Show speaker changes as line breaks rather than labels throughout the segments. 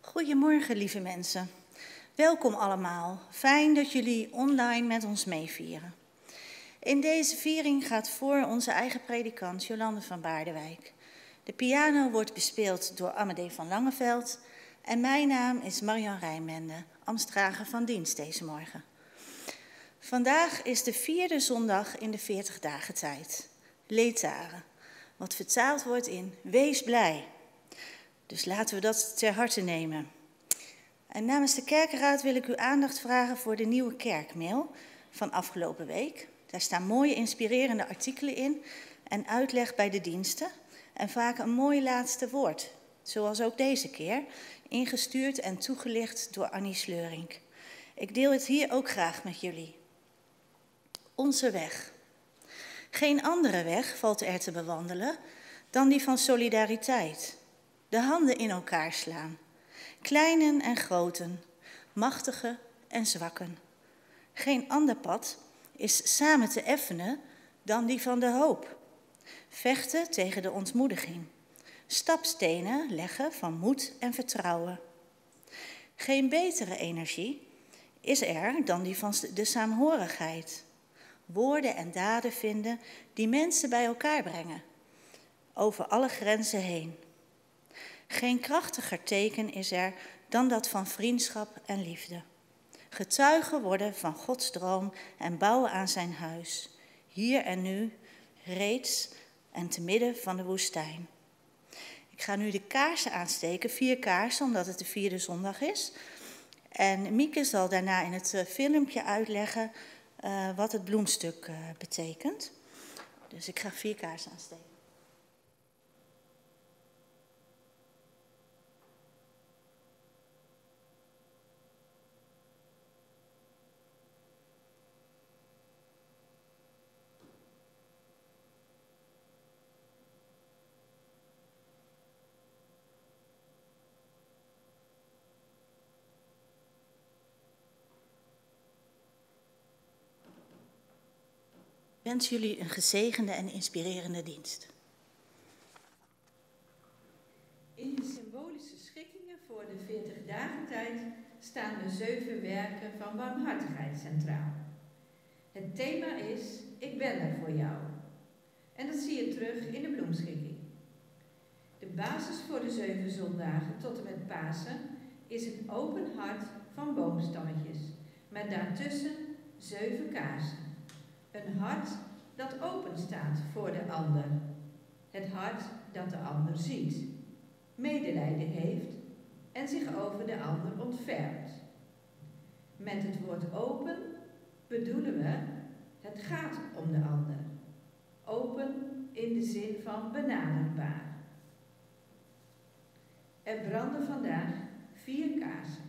Goedemorgen, lieve mensen. Welkom allemaal. Fijn dat jullie online met ons meevieren. In deze viering gaat voor onze eigen predikant Jolande van Baardewijk. De piano wordt bespeeld door Amadee van Langeveld en mijn naam is Marian Rijnmende, ambtsdrager van dienst deze morgen. Vandaag is de 4e zondag in de 40 dagen tijd, Letare, wat vertaald wordt in wees blij. Dus laten we dat ter harte nemen. En namens de kerkenraad wil ik uw aandacht vragen voor de nieuwe kerkmail van afgelopen week. Daar staan mooie inspirerende artikelen in en uitleg bij de diensten. En vaak een mooi laatste woord, zoals ook deze keer, ingestuurd en toegelicht door Annie Sleurink. Ik deel het hier ook graag met jullie. Onze weg. Geen andere weg valt er te bewandelen dan die van solidariteit. De handen in elkaar slaan. Kleinen en groten, machtigen en zwakken. Geen ander pad is samen te effenen dan die van de hoop. Vechten tegen de ontmoediging. Stapstenen leggen van moed en vertrouwen. Geen betere energie is er dan die van de saamhorigheid. Woorden en daden vinden die mensen bij elkaar brengen. Over alle grenzen heen. Geen krachtiger teken is er dan dat van vriendschap en liefde. Getuigen worden van Gods droom en bouwen aan zijn huis. Hier en nu, reeds en te midden van de woestijn. Ik ga nu de kaarsen aansteken, 4 kaarsen, omdat het de 4e zondag is. En Mieke zal daarna in het filmpje uitleggen wat het bloemstuk betekent. Dus ik ga 4 kaarsen aansteken. Ik wens jullie een gezegende en inspirerende dienst.
In de symbolische schikkingen voor de 40 dagen tijd staan de 7 werken van barmhartigheid centraal. Het thema is, ik ben er voor jou. En dat zie je terug in de bloemschikking. De basis voor de 7 zondagen tot en met Pasen is een open hart van boomstammetjes, met daartussen 7 kaarsen. Een hart dat open staat voor de ander. Het hart dat de ander ziet, medelijden heeft en zich over de ander ontfermt. Met het woord open bedoelen we, het gaat om de ander. Open in de zin van benaderbaar. Er branden vandaag 4 kaarsen.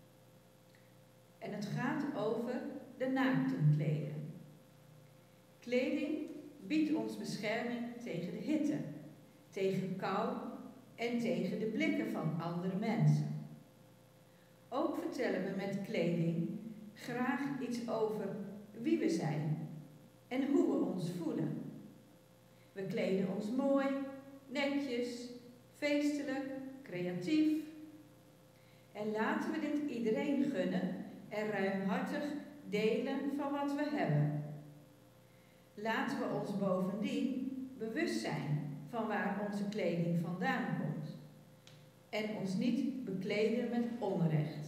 En het gaat over de naaktenkleden. Kleding biedt ons bescherming tegen de hitte, tegen kou en tegen de blikken van andere mensen. Ook vertellen we met kleding graag iets over wie we zijn en hoe we ons voelen. We kleden ons mooi, netjes, feestelijk, creatief. En laten we dit iedereen gunnen en ruimhartig delen van wat we hebben. Laten we ons bovendien bewust zijn van waar onze kleding vandaan komt. En ons niet bekleden met onrecht.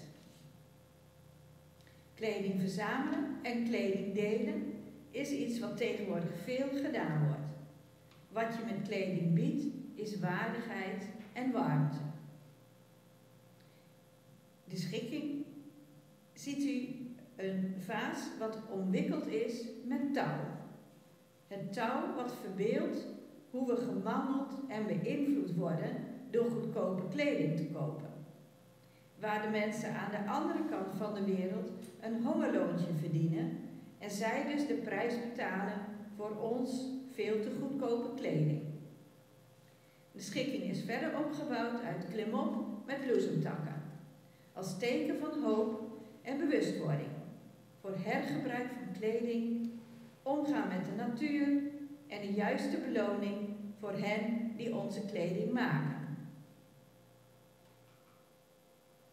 Kleding verzamelen en kleding delen is iets wat tegenwoordig veel gedaan wordt. Wat je met kleding biedt is waardigheid en warmte. De schikking ziet u een vaas wat omwikkeld is met touw. Het touw wat verbeeldt hoe we gemangeld en beïnvloed worden door goedkope kleding te kopen. Waar de mensen aan de andere kant van de wereld een hongerloontje verdienen en zij dus de prijs betalen voor ons veel te goedkope kleding. De schikking is verder opgebouwd uit klimop met bloesemtakken. Als teken van hoop en bewustwording. Voor hergebruik van kleding, omgaan met de natuur en de juiste beloning voor hen die onze kleding maken.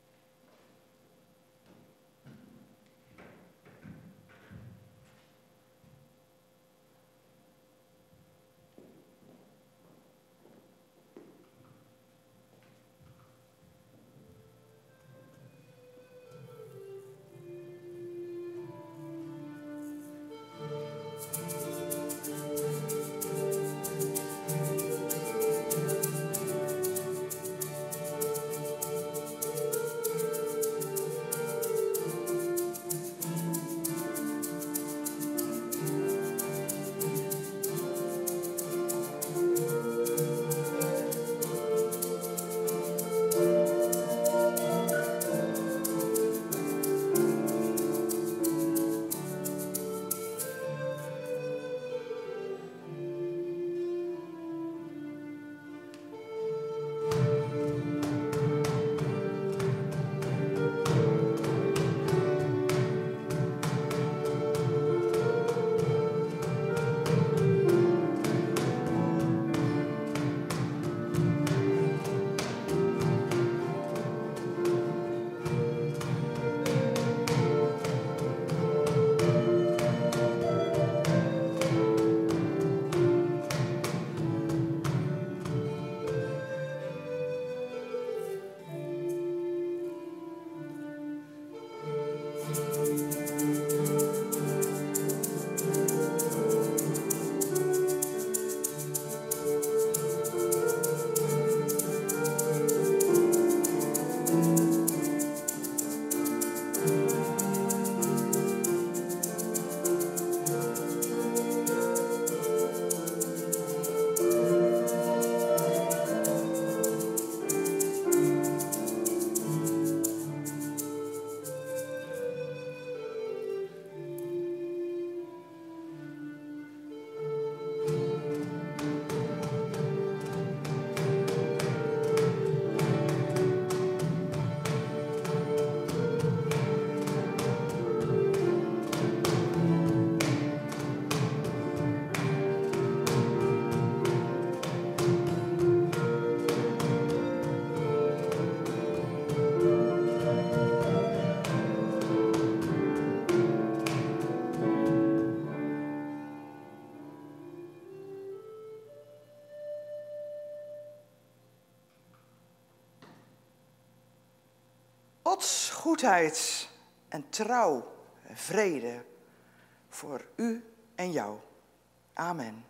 goedheid en trouw en vrede voor u en jou. Amen.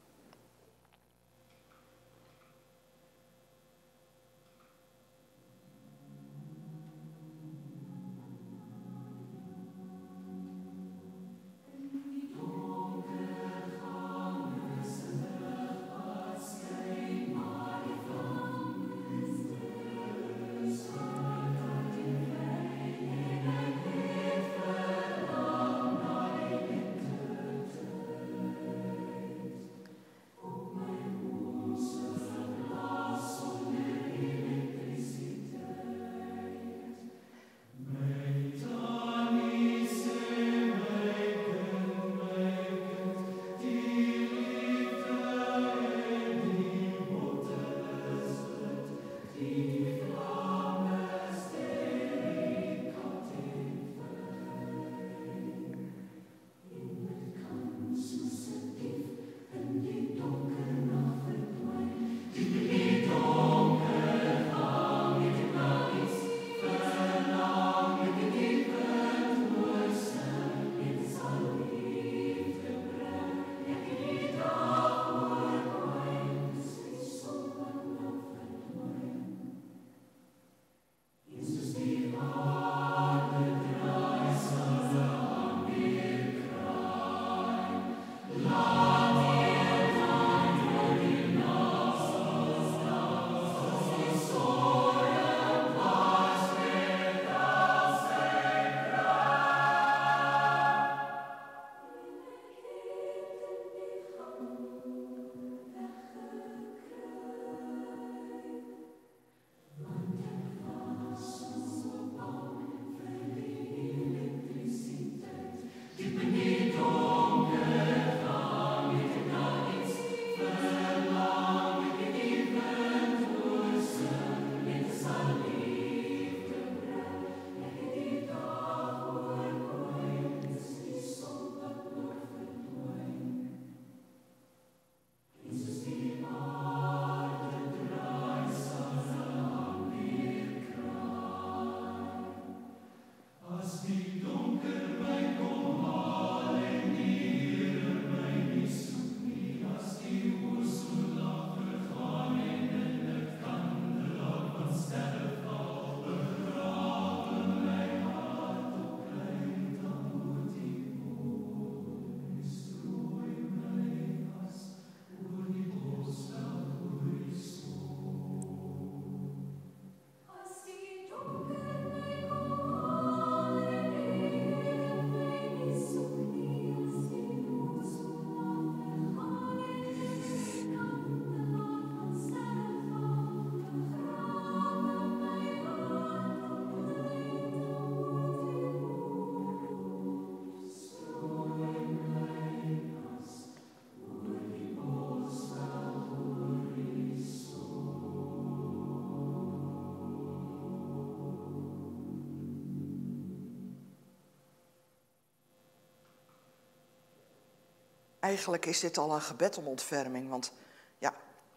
Eigenlijk is dit al een gebed om ontferming, want ja,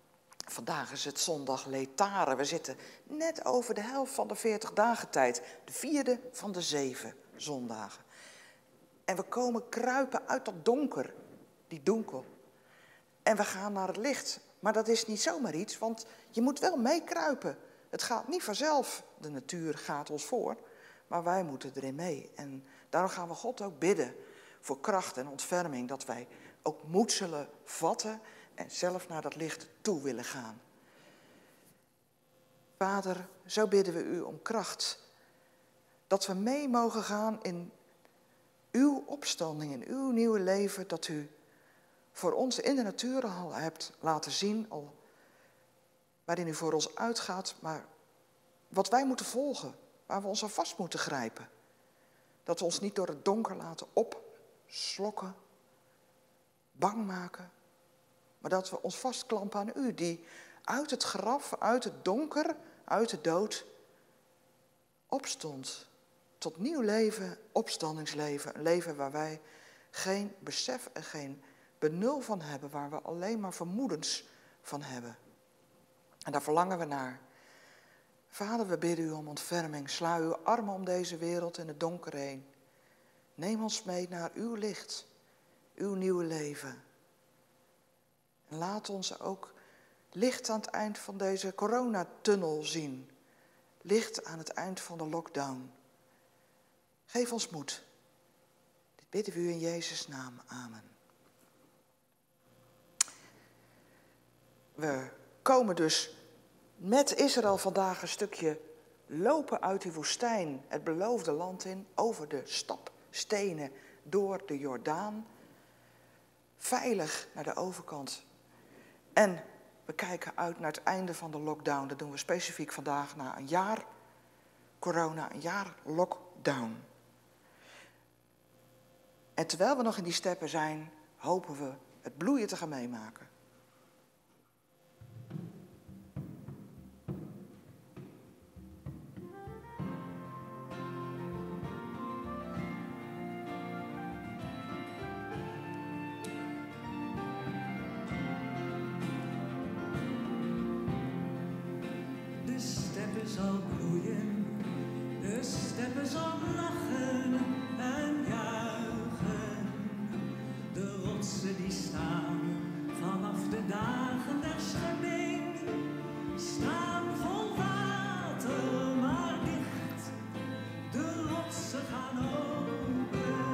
vandaag is het zondag Letare. We zitten net over de helft van de 40 dagen tijd, de 4e van de 7 zondagen. En we komen kruipen uit dat donker, die donker. En we gaan naar het licht. Maar dat is niet zomaar iets, want je moet wel meekruipen. Het gaat niet vanzelf, de natuur gaat ons voor, maar wij moeten erin mee. En daarom gaan we God ook bidden voor kracht en ontferming, dat wij ook moed zullen vatten en zelf naar dat licht toe willen gaan. Vader, zo bidden we u om kracht, dat we mee mogen gaan in uw opstanding, in uw nieuwe leven, dat u voor ons in de natuur al hebt laten zien, al waarin u voor ons uitgaat, maar wat wij moeten volgen, waar we ons aan vast moeten grijpen. Dat we ons niet door het donker laten opslokken, bang maken, maar dat we ons vastklampen aan u, die uit het graf, uit het donker, uit de dood opstond. Tot nieuw leven, opstandingsleven, een leven waar wij geen besef en geen benul van hebben, waar we alleen maar vermoedens van hebben. En daar verlangen we naar. Vader, we bidden u om ontferming. Sla uw armen om deze wereld in het donker heen. Neem ons mee naar uw licht, uw nieuwe leven. En laat ons ook licht aan het eind van deze coronatunnel zien. Licht aan het eind van de lockdown. Geef ons moed. Dit bidden we u in Jezus' naam. Amen. We komen dus met Israël vandaag een stukje lopen uit die woestijn, het beloofde land in, over de stapstenen door de Jordaan, veilig naar de overkant. En we kijken uit naar het einde van de lockdown. Dat doen we specifiek vandaag na een jaar corona, een jaar lockdown. En terwijl we nog in die steppen zijn, hopen we het bloeien te gaan meemaken.
De steppen zal bloeien, de steppen zal lachen en juichen. De rotsen die staan vanaf de dagen der schepping, staan vol water maar dicht. De rotsen gaan open.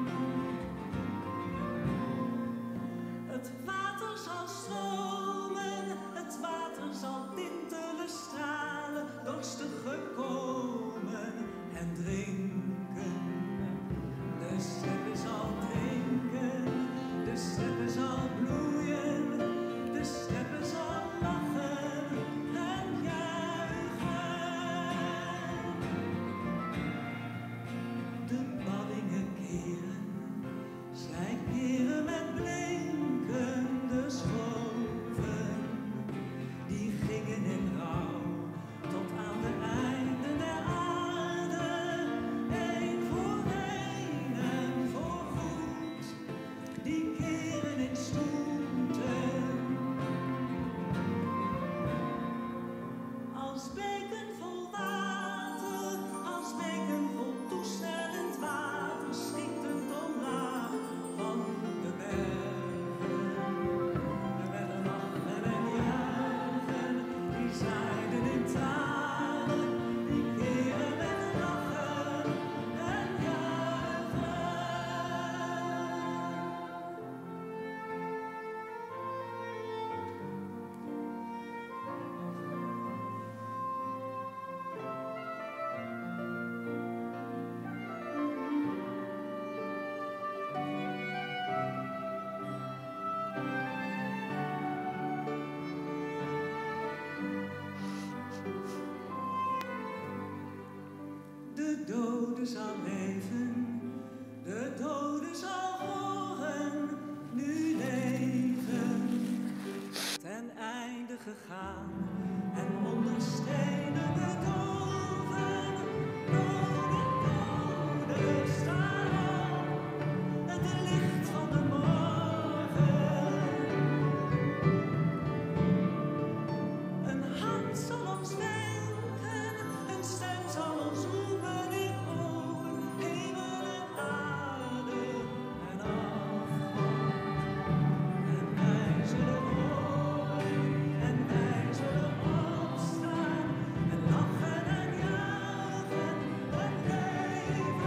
Het water zal stromen, het water zal tintelen, stralen, dorstig komen en drinken. De steppen zal drinken, de steppen zal bloeien, de steppen zal lachen en juichen. De ballingen keren, zij keren met blinkende schoven. Die gingen in rouw tot aan de einden der aarde. Eén voor één en voor goed, die keren in stoeten. Als beken vol water, als beken vol toesnellend water, schietend omlaag van de bergen. Met een lachen en juichen, die zeiden in talen, die keren met een lachen en juichen. De dode zal leven, de dode zal horen, nu leven. Ten einde gegaan en onder stenen bedoven. Dode, dode, staan op, het licht van de morgen. Een hand zal ons wenken, een stem zal ons roepen in ogen, hemel en aarde en afgrond. En wij zullen horen, en wij zullen opstaan, en lachen en juichen en leven.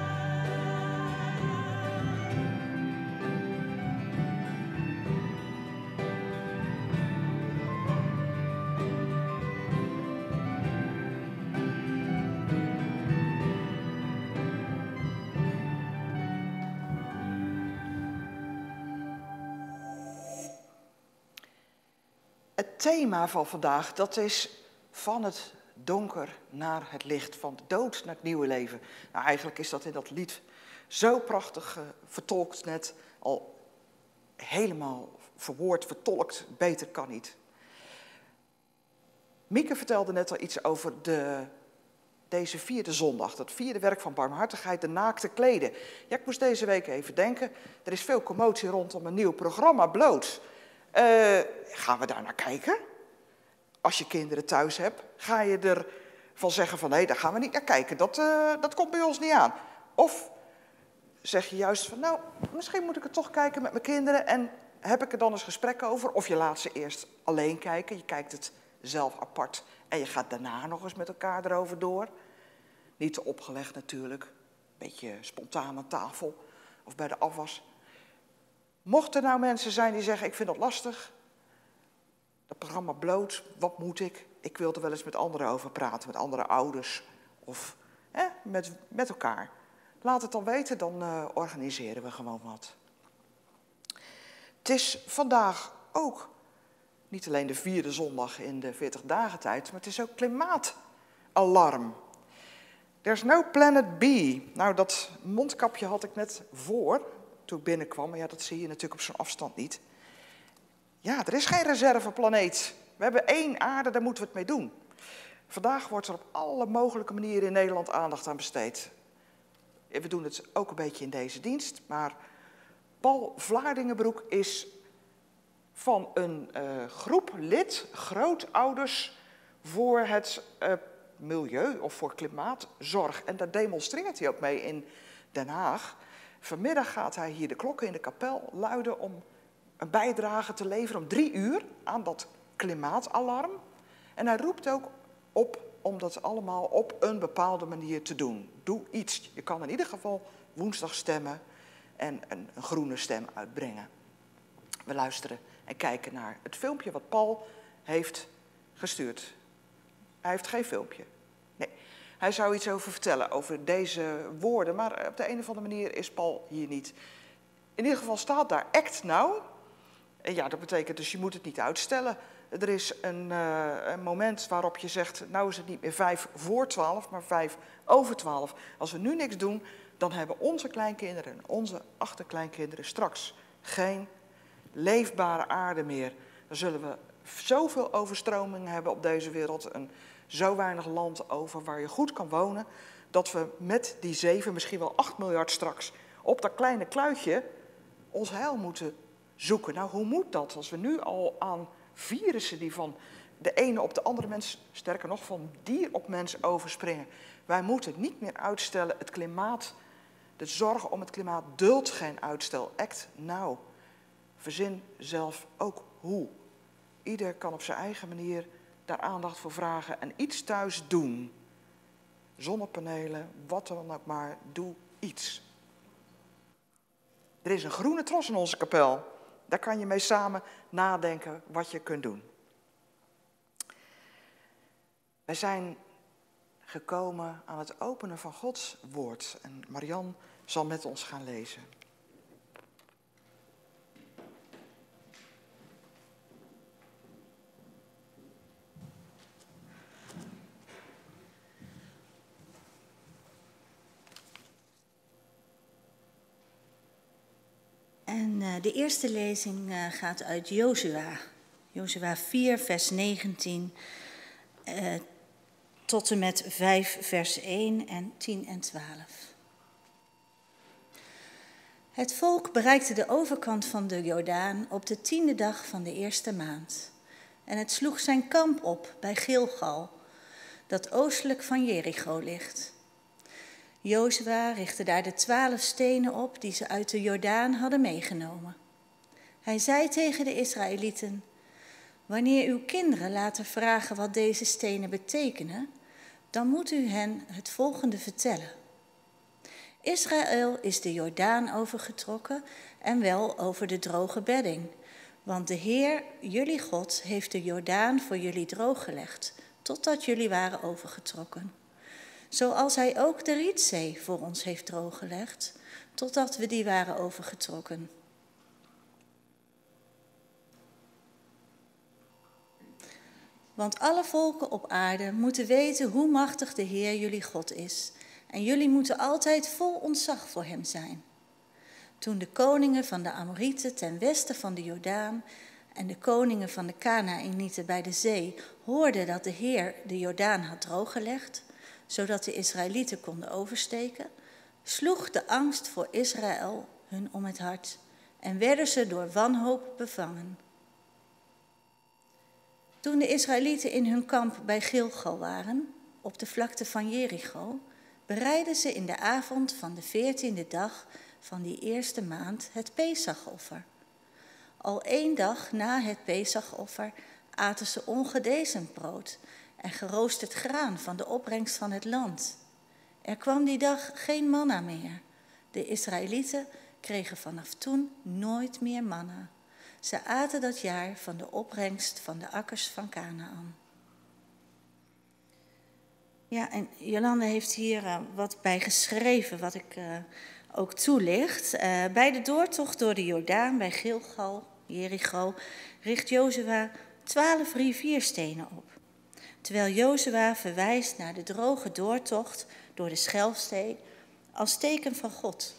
Het thema van vandaag, dat is van het donker naar het licht, van de dood naar het nieuwe leven. Nou, eigenlijk is dat in dat lied zo prachtig vertolkt net, al helemaal verwoord, vertolkt, beter kan niet. Mieke vertelde net al iets over deze vierde zondag, dat vierde werk van barmhartigheid, de naakte kleden. Ja, ik moest deze week even denken, er is veel commotie rondom een nieuw programma, Bloot. Gaan we daar naar kijken? Als je kinderen thuis hebt, ga je ervan zeggen van nee, daar gaan we niet naar kijken. Dat komt bij ons niet aan. Of zeg je juist van nou, misschien moet ik het toch kijken met mijn kinderen en heb ik er dan eens gesprekken over. Of je laat ze eerst alleen kijken, je kijkt het zelf apart en je gaat daarna nog eens met elkaar erover door. Niet te opgelegd natuurlijk, een beetje spontaan aan tafel of bij de afwas. Mochten er nou mensen zijn die zeggen ik vind dat lastig, dat programma bloot, wat moet ik? Ik wil er wel eens met anderen over praten, met andere ouders of met elkaar. Laat het dan weten, dan organiseren we gewoon wat. Het is vandaag ook niet alleen de 4e zondag in de 40 dagen tijd, maar het is ook klimaatalarm. There's no planet B. Nou, dat mondkapje had ik net voor, toen ik binnenkwam, maar ja, dat zie je natuurlijk op zo'n afstand niet. Ja, er is geen reserveplaneet. We hebben 1 aarde, daar moeten we het mee doen. Vandaag wordt er op alle mogelijke manieren in Nederland aandacht aan besteed. We doen het ook een beetje in deze dienst, maar Paul Vlaardingenbroek is van een groep grootouders voor het milieu of voor klimaatzorg. En daar demonstreert hij ook mee in Den Haag. Vanmiddag gaat hij hier de klokken in de kapel luiden om een bijdrage te leveren om 3 uur aan dat klimaatalarm. En hij roept ook op om dat allemaal op een bepaalde manier te doen. Doe iets. Je kan in ieder geval woensdag stemmen en een groene stem uitbrengen. We luisteren en kijken naar het filmpje wat Paul heeft gestuurd. Hij heeft geen filmpje. Nee, hij zou iets over vertellen, over deze woorden. Maar op de een of andere manier is Paul hier niet. In ieder geval staat daar act now. En ja, dat betekent dus je moet het niet uitstellen. Er is een moment waarop je zegt, nou is het niet meer 11:55, maar 11:55. Als we nu niks doen, dan hebben onze kleinkinderen en onze achterkleinkinderen straks geen leefbare aarde meer. Dan zullen we zoveel overstromingen hebben op deze wereld en zo weinig land over waar je goed kan wonen, dat we met die 7, misschien wel 8 miljard straks op dat kleine kluitje ons heil moeten zoeken. Nou, hoe moet dat als we nu al aan virussen die van de ene op de andere mens, sterker nog van dier op mens overspringen. Wij moeten het niet meer uitstellen. Het klimaat, de zorg om het klimaat duldt geen uitstel. Act now. Verzin zelf ook hoe. Ieder kan op zijn eigen manier daar aandacht voor vragen en iets thuis doen. Zonnepanelen, wat dan ook maar, doe iets. Er is een groene tros in onze kapel. Daar kan je mee samen nadenken wat je kunt doen. Wij zijn gekomen aan het openen van Gods woord. En Marian zal met ons gaan lezen.
En de eerste lezing gaat uit Jozua. Jozua 4, vers 19 tot en met 5, vers 1 en 10 en 12. Het volk bereikte de overkant van de Jordaan op de 10e dag van de eerste maand. En het sloeg zijn kamp op bij Gilgal, dat oostelijk van Jericho ligt. Jozua richtte daar de 12 stenen op die ze uit de Jordaan hadden meegenomen. Hij zei tegen de Israëlieten: wanneer uw kinderen laten vragen wat deze stenen betekenen, dan moet u hen het volgende vertellen. Israël is de Jordaan overgetrokken en wel over de droge bedding. Want de Heer, jullie God, heeft de Jordaan voor jullie drooggelegd, totdat jullie waren overgetrokken. Zoals hij ook de Rietzee voor ons heeft drooggelegd, totdat we die waren overgetrokken. Want alle volken op aarde moeten weten hoe machtig de Heer jullie God is. En jullie moeten altijd vol ontzag voor hem zijn. Toen de koningen van de Amorieten ten westen van de Jordaan en de koningen van de Kanaanieten bij de zee hoorden dat de Heer de Jordaan had drooggelegd, zodat de Israëlieten konden oversteken, sloeg de angst voor Israël hun om het hart en werden ze door wanhoop bevangen. Toen de Israëlieten in hun kamp bij Gilgal waren, op de vlakte van Jericho, bereidden ze in de avond van de 14e dag van die eerste maand het Pesachoffer. Al 1 dag na het Pesachoffer aten ze ongedezend brood en geroosterd graan van de opbrengst van het land. Er kwam die dag geen manna meer. De Israëlieten kregen vanaf toen nooit meer manna. Ze aten dat jaar van de opbrengst van de akkers van Kanaan. Ja, en Jolande heeft hier wat bij geschreven, wat ik ook toelicht. Bij de doortocht door de Jordaan bij Gilgal, Jericho, richt Jozua 12 rivierstenen op. Terwijl Jozua verwijst naar de droge doortocht door de Schelfzee als teken van God.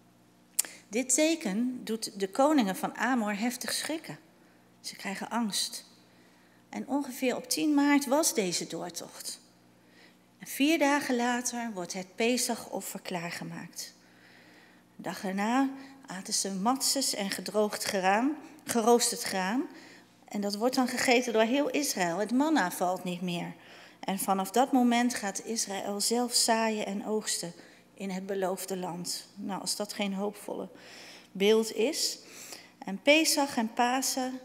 Dit teken doet de koningen van Amor heftig schrikken. Ze krijgen angst. En ongeveer op 10 maart was deze doortocht. En 4 dagen later wordt het Pesachoffer klaargemaakt. De dag erna aten ze matzes en geroosterd graan. En dat wordt dan gegeten door heel Israël. Het manna valt niet meer. En vanaf dat moment gaat Israël zelf zaaien en oogsten in het beloofde land. Nou, als dat geen hoopvolle beeld is. En Pesach en Pasen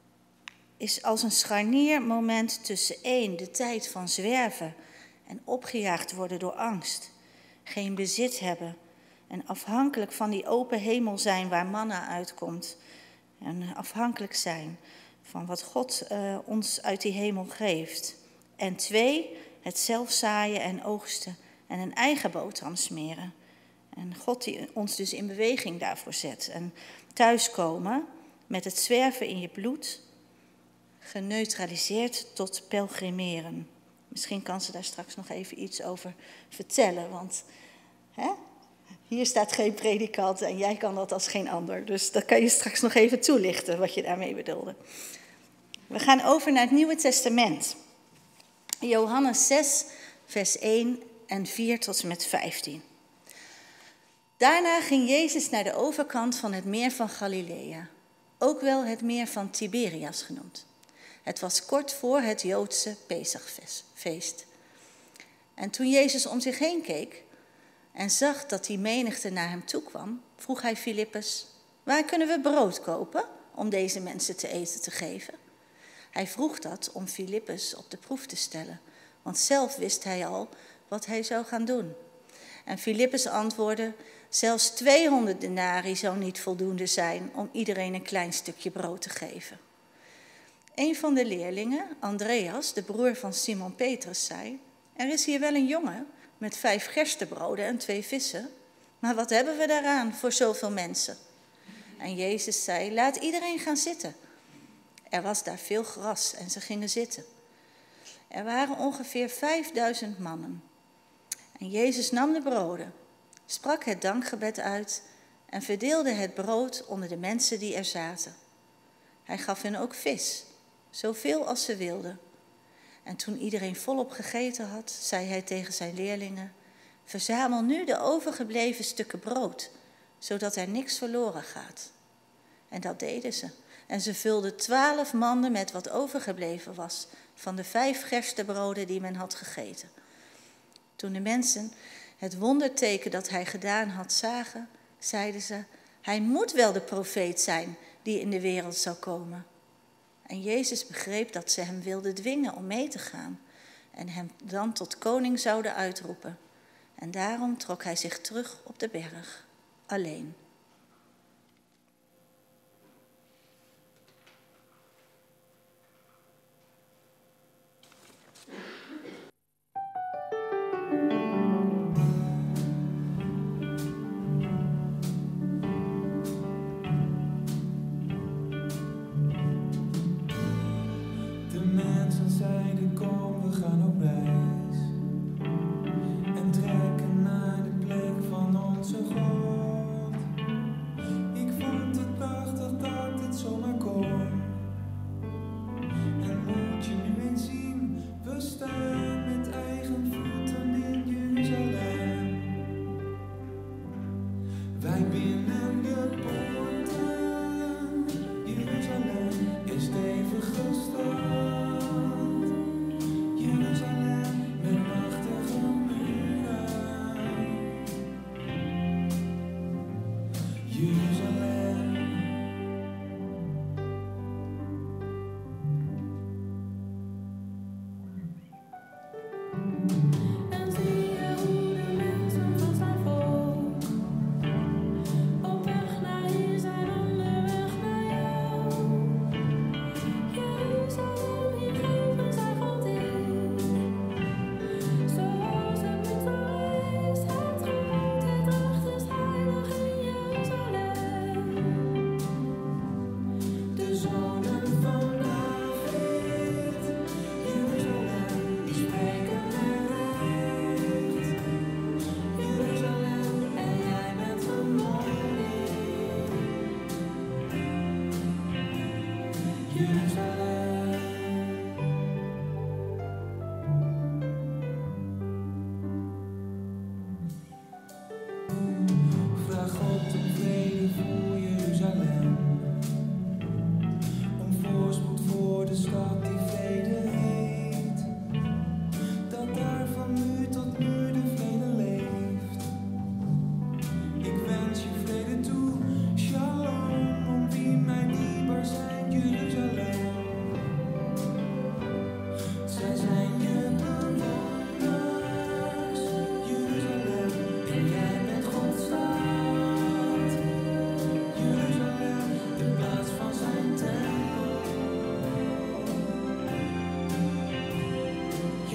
is als een scharniermoment tussen 1, de tijd van zwerven en opgejaagd worden door angst. Geen bezit hebben en afhankelijk van die open hemel zijn waar manna uitkomt. En afhankelijk zijn van wat God ons uit die hemel geeft. En 2, het zelf zaaien en oogsten en een eigen boterham smeren. En God die ons dus in beweging daarvoor zet. En thuiskomen met het zwerven in je bloed, geneutraliseerd tot pelgrimeren. Misschien kan ze daar straks nog even iets over vertellen, want hier staat geen predikant en jij kan dat als geen ander. Dus dat kan je straks nog even toelichten wat je daarmee bedoelde. We gaan over naar het Nieuwe Testament. Johannes 6, vers 1 en 4 tot en met 15. Daarna ging Jezus naar de overkant van het meer van Galilea, ook wel het meer van Tiberias genoemd. Het was kort voor het Joodse Pesachfeest. En toen Jezus om zich heen keek en zag dat die menigte naar hem toe kwam, vroeg hij Filippus: waar kunnen we brood kopen om deze mensen te eten te geven? Hij vroeg dat om Filippus op de proef te stellen, want zelf wist hij al wat hij zou gaan doen. En Filippus antwoordde: zelfs 200 denari zou niet voldoende zijn om iedereen een klein stukje brood te geven. Een van de leerlingen, Andreas, de broer van Simon Petrus, zei: er is hier wel een jongen met 5 gerstebroden en 2 vissen, maar wat hebben we daaraan voor zoveel mensen? En Jezus zei: laat iedereen gaan zitten. Er was daar veel gras en ze gingen zitten. Er waren ongeveer 5000 mannen. En Jezus nam de broden, sprak het dankgebed uit en verdeelde het brood onder de mensen die er zaten. Hij gaf hen ook vis, zoveel als ze wilden. En toen iedereen volop gegeten had, zei hij tegen zijn leerlingen: verzamel nu de overgebleven stukken brood, zodat er niks verloren gaat. En dat deden ze. En ze vulden 12 manden met wat overgebleven was van de 5 gerstebroden die men had gegeten. Toen de mensen het wonderteken dat hij gedaan had zagen, zeiden ze: hij moet wel de profeet zijn die in de wereld zou komen. En Jezus begreep dat ze hem wilden dwingen om mee te gaan en hem dan tot koning zouden uitroepen. En daarom trok hij zich terug op de berg, alleen.
Zeiden kom, we gaan op reis en trekken naar de plek van onze God. Ik vond het prachtig dat het zomaar kon. En moet je nu eens zien, we staan met eigen voeten in Jeruzalem. Wij binnen de poorten, Jeruzalem is stevig gestaan.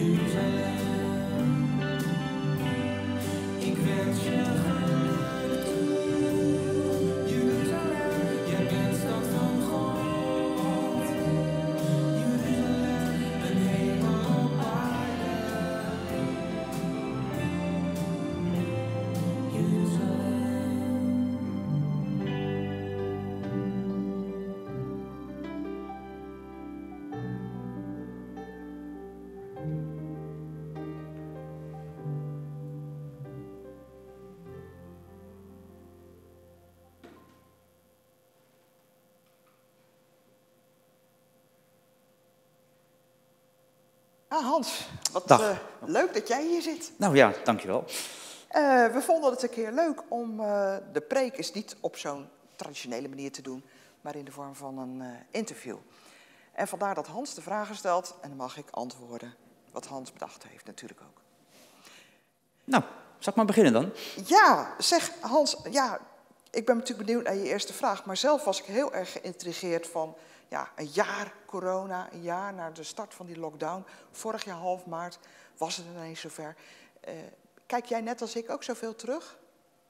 Ik wens je geluk toe, Jeruzalem, jij bent stad van God. Jeruzalem, een hemel op aarde. Jeruzalem.
Ah, Hans, wat
Dag.
leuk dat jij hier zit.
Nou ja, dankjewel.
We vonden het een keer leuk om de preek eens niet op zo'n traditionele manier te doen, maar in de vorm van een interview. En vandaar dat Hans de vragen stelt en dan mag ik antwoorden wat Hans bedacht heeft natuurlijk ook.
Nou, zal ik maar beginnen dan?
Ja, zeg Hans, ja, ik ben natuurlijk benieuwd naar je eerste vraag, maar zelf was ik heel erg geïntrigeerd van ja, een jaar corona, een jaar na de start van die lockdown. Vorig jaar half maart was het ineens zover. Kijk jij net als ik ook zoveel terug?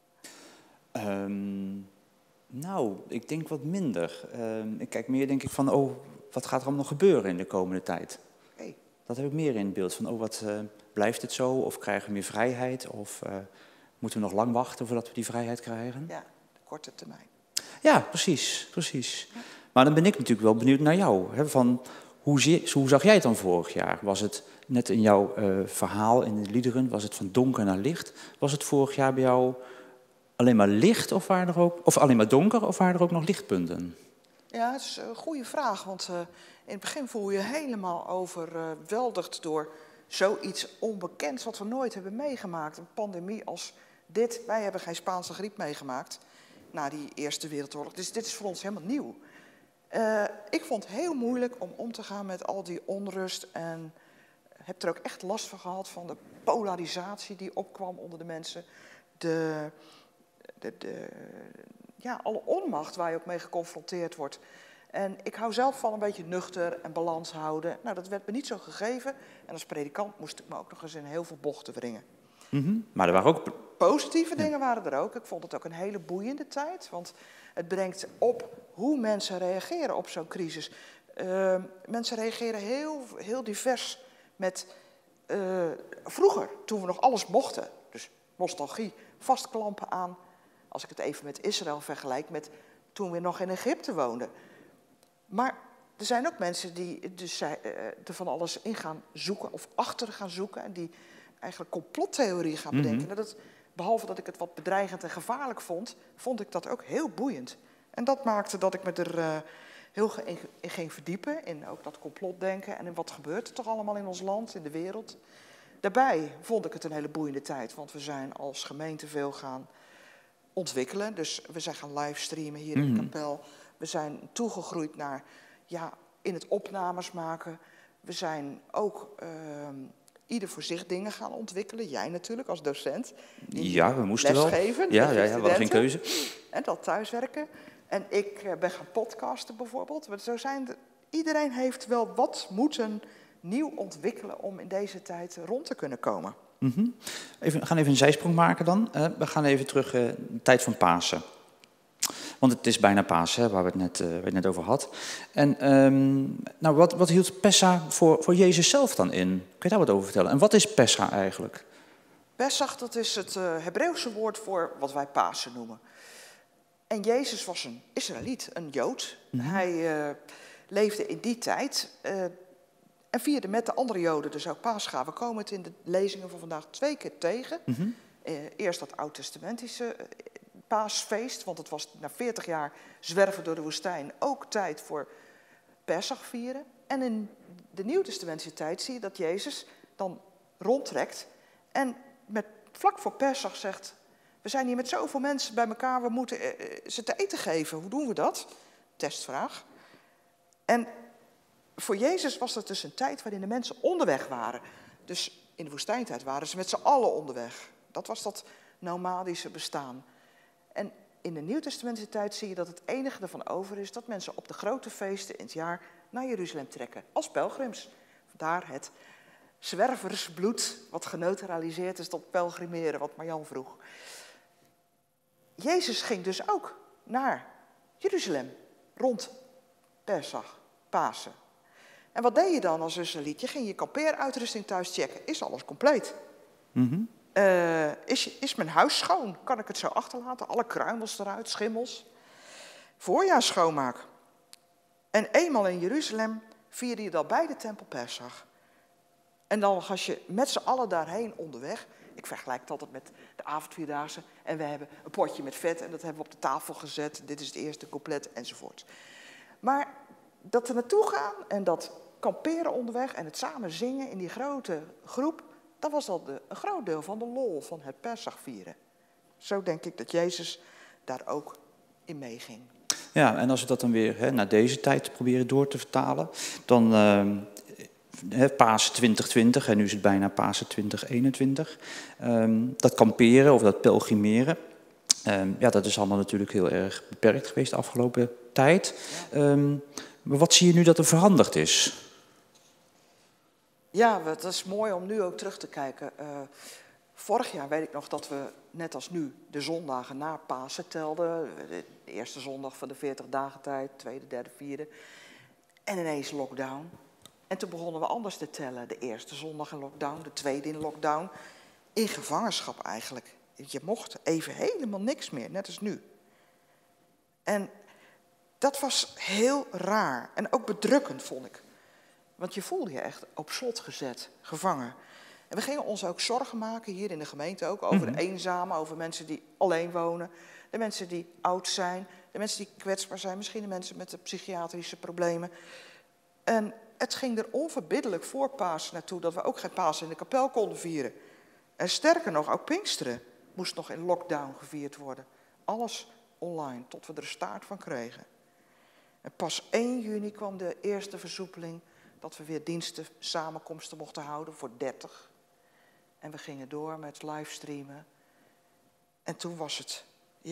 Nou, ik denk wat minder. Ik kijk meer denk ik van, oh, wat gaat er allemaal nog gebeuren in de komende tijd?
Hey.
Dat heb ik meer in beeld van, oh, wat blijft het zo? Of krijgen we meer vrijheid? Of moeten we nog lang wachten voordat we die vrijheid krijgen?
Ja, de korte termijn.
Ja, precies, precies. Ja. Maar dan ben ik natuurlijk wel benieuwd naar jou. Hè, van, hoe zag jij het dan vorig jaar? Was het net in jouw verhaal in de liederen, was het van donker naar licht? Was het vorig jaar bij jou alleen maar licht of waren er ook, of alleen maar donker of waren er ook nog lichtpunten?
Ja, het is een goede vraag, want in het begin voel je je helemaal overweldigd door zoiets onbekends wat we nooit hebben meegemaakt. Een pandemie als dit. Wij hebben geen Spaanse griep meegemaakt na die Eerste Wereldoorlog, dus dit is voor ons helemaal nieuw. Ik vond het heel moeilijk om te gaan met al die onrust en heb er ook echt last van gehad van de polarisatie die opkwam onder de mensen. Ja, alle onmacht waar je ook mee geconfronteerd wordt. En ik hou zelf van een beetje nuchter en balans houden. Nou, dat werd me niet zo gegeven. En als predikant moest ik me ook nog eens in heel veel bochten wringen.
Mm-hmm. Maar er waren ook
positieve dingen waren er ook. Ik vond het ook een hele boeiende tijd. Want het brengt op hoe mensen reageren op zo'n crisis. Mensen reageren heel divers met vroeger, toen we nog alles mochten. Dus nostalgie, vastklampen aan. Als ik het even met Israël vergelijk met toen we nog in Egypte woonden. Maar er zijn ook mensen die dus er van alles in gaan zoeken of achter gaan zoeken. En die eigenlijk complottheorie gaan bedenken. Mm-hmm. Behalve dat ik het wat bedreigend en gevaarlijk vond ik dat ook heel boeiend. En dat maakte dat ik me er heel in ging verdiepen. In ook dat complotdenken en in wat gebeurt er toch allemaal in ons land, in de wereld. Daarbij vond ik het een hele boeiende tijd. Want we zijn als gemeente veel gaan ontwikkelen. Dus we zijn gaan livestreamen hier in de kapel. We zijn toegegroeid naar in het opnames maken. We zijn ook ieder voor zich dingen gaan ontwikkelen. Jij natuurlijk als docent.
Ja, we moesten
lesgeven,
wel. Ja, we hadden geen keuze.
En dat thuiswerken. En ik ben gaan podcasten bijvoorbeeld. Zo iedereen heeft wel wat moeten nieuw ontwikkelen om in deze tijd rond te kunnen komen.
Mm-hmm. We gaan even een zijsprong maken dan. We gaan even terug de tijd van Pasen. Want het is bijna Pasen, waar we het net over hadden. En wat hield Pesach voor Jezus zelf dan in? Kun je daar wat over vertellen? En wat is Pesach eigenlijk?
Pesach, dat is het Hebreeuwse woord voor wat wij Pasen noemen. En Jezus was een Israëliet, een Jood. Mm-hmm. Hij leefde in die tijd en vierde met de andere Joden dus ook Pascha. We komen het in de lezingen van vandaag 2 keer tegen. Mm-hmm. Eerst dat oud-testamentische paasfeest, want het was na 40 jaar zwerven door de woestijn ook tijd voor Pesach vieren. En in de nieuwtestamentische tijd zie je dat Jezus dan rondtrekt en vlak voor Pesach zegt: we zijn hier met zoveel mensen bij elkaar, we moeten ze te eten geven. Hoe doen we dat? Testvraag. En voor Jezus was dat dus een tijd waarin de mensen onderweg waren. Dus in de woestijntijd waren ze met z'n allen onderweg. Dat was dat nomadische bestaan. En in de Nieuwtestamentische tijd zie je dat het enige ervan over is dat mensen op de grote feesten in het jaar naar Jeruzalem trekken. Als pelgrims. Vandaar het zwerversbloed wat geneutraliseerd is tot pelgrimeren, wat Marjan vroeg. Jezus ging dus ook naar Jeruzalem rond Pesach, Pasen. En wat deed je dan als Israëliet? Je ging je kampeeruitrusting thuis checken. Is alles compleet?
Mhm.
Is mijn huis schoon? Kan ik het zo achterlaten? Alle kruimels eruit, schimmels. Voorjaar schoonmaak. En eenmaal in Jeruzalem vierde je dan bij de tempel Pesach. En dan was je met z'n allen daarheen onderweg. Ik vergelijk het altijd met de avondvierdaagse. En we hebben een potje met vet en dat hebben we op de tafel gezet. Dit is het eerste couplet enzovoort. Maar dat er naartoe gaan en dat kamperen onderweg en het samen zingen in die grote groep, dat was al een groot deel van de lol van het Pesach vieren. Zo denk ik dat Jezus daar ook in meeging.
Ja, en als we dat dan weer naar deze tijd proberen door te vertalen, dan Pasen 2020, en nu is het bijna Pasen 2021. Dat kamperen of dat pelgrimeren, dat is allemaal natuurlijk heel erg beperkt geweest de afgelopen tijd.
Ja.
Maar wat zie je nu dat er veranderd is?
Ja, het is mooi om nu ook terug te kijken. Vorig jaar weet ik nog dat we, net als nu, de zondagen na Pasen telden. De eerste zondag van de 40 dagen tijd, tweede, derde, vierde. En ineens lockdown. En toen begonnen we anders te tellen. De eerste zondag in lockdown, de tweede in lockdown. In gevangenschap eigenlijk. Je mocht even helemaal niks meer, net als nu. En dat was heel raar en ook bedrukkend, vond ik. Want je voelde je echt op slot gezet, gevangen. En we gingen ons ook zorgen maken, hier in de gemeente ook, over de eenzamen, over mensen die alleen wonen. De mensen die oud zijn, de mensen die kwetsbaar zijn, misschien de mensen met de psychiatrische problemen. En het ging er onverbiddelijk voor Pasen naartoe dat we ook geen Pasen in de kapel konden vieren. En sterker nog, ook Pinksteren moest nog in lockdown gevierd worden. Alles online, tot we er een staart van kregen. En pas 1 juni kwam de eerste versoepeling dat we weer diensten, samenkomsten mochten houden voor 30. En we gingen door met livestreamen. En toen was het,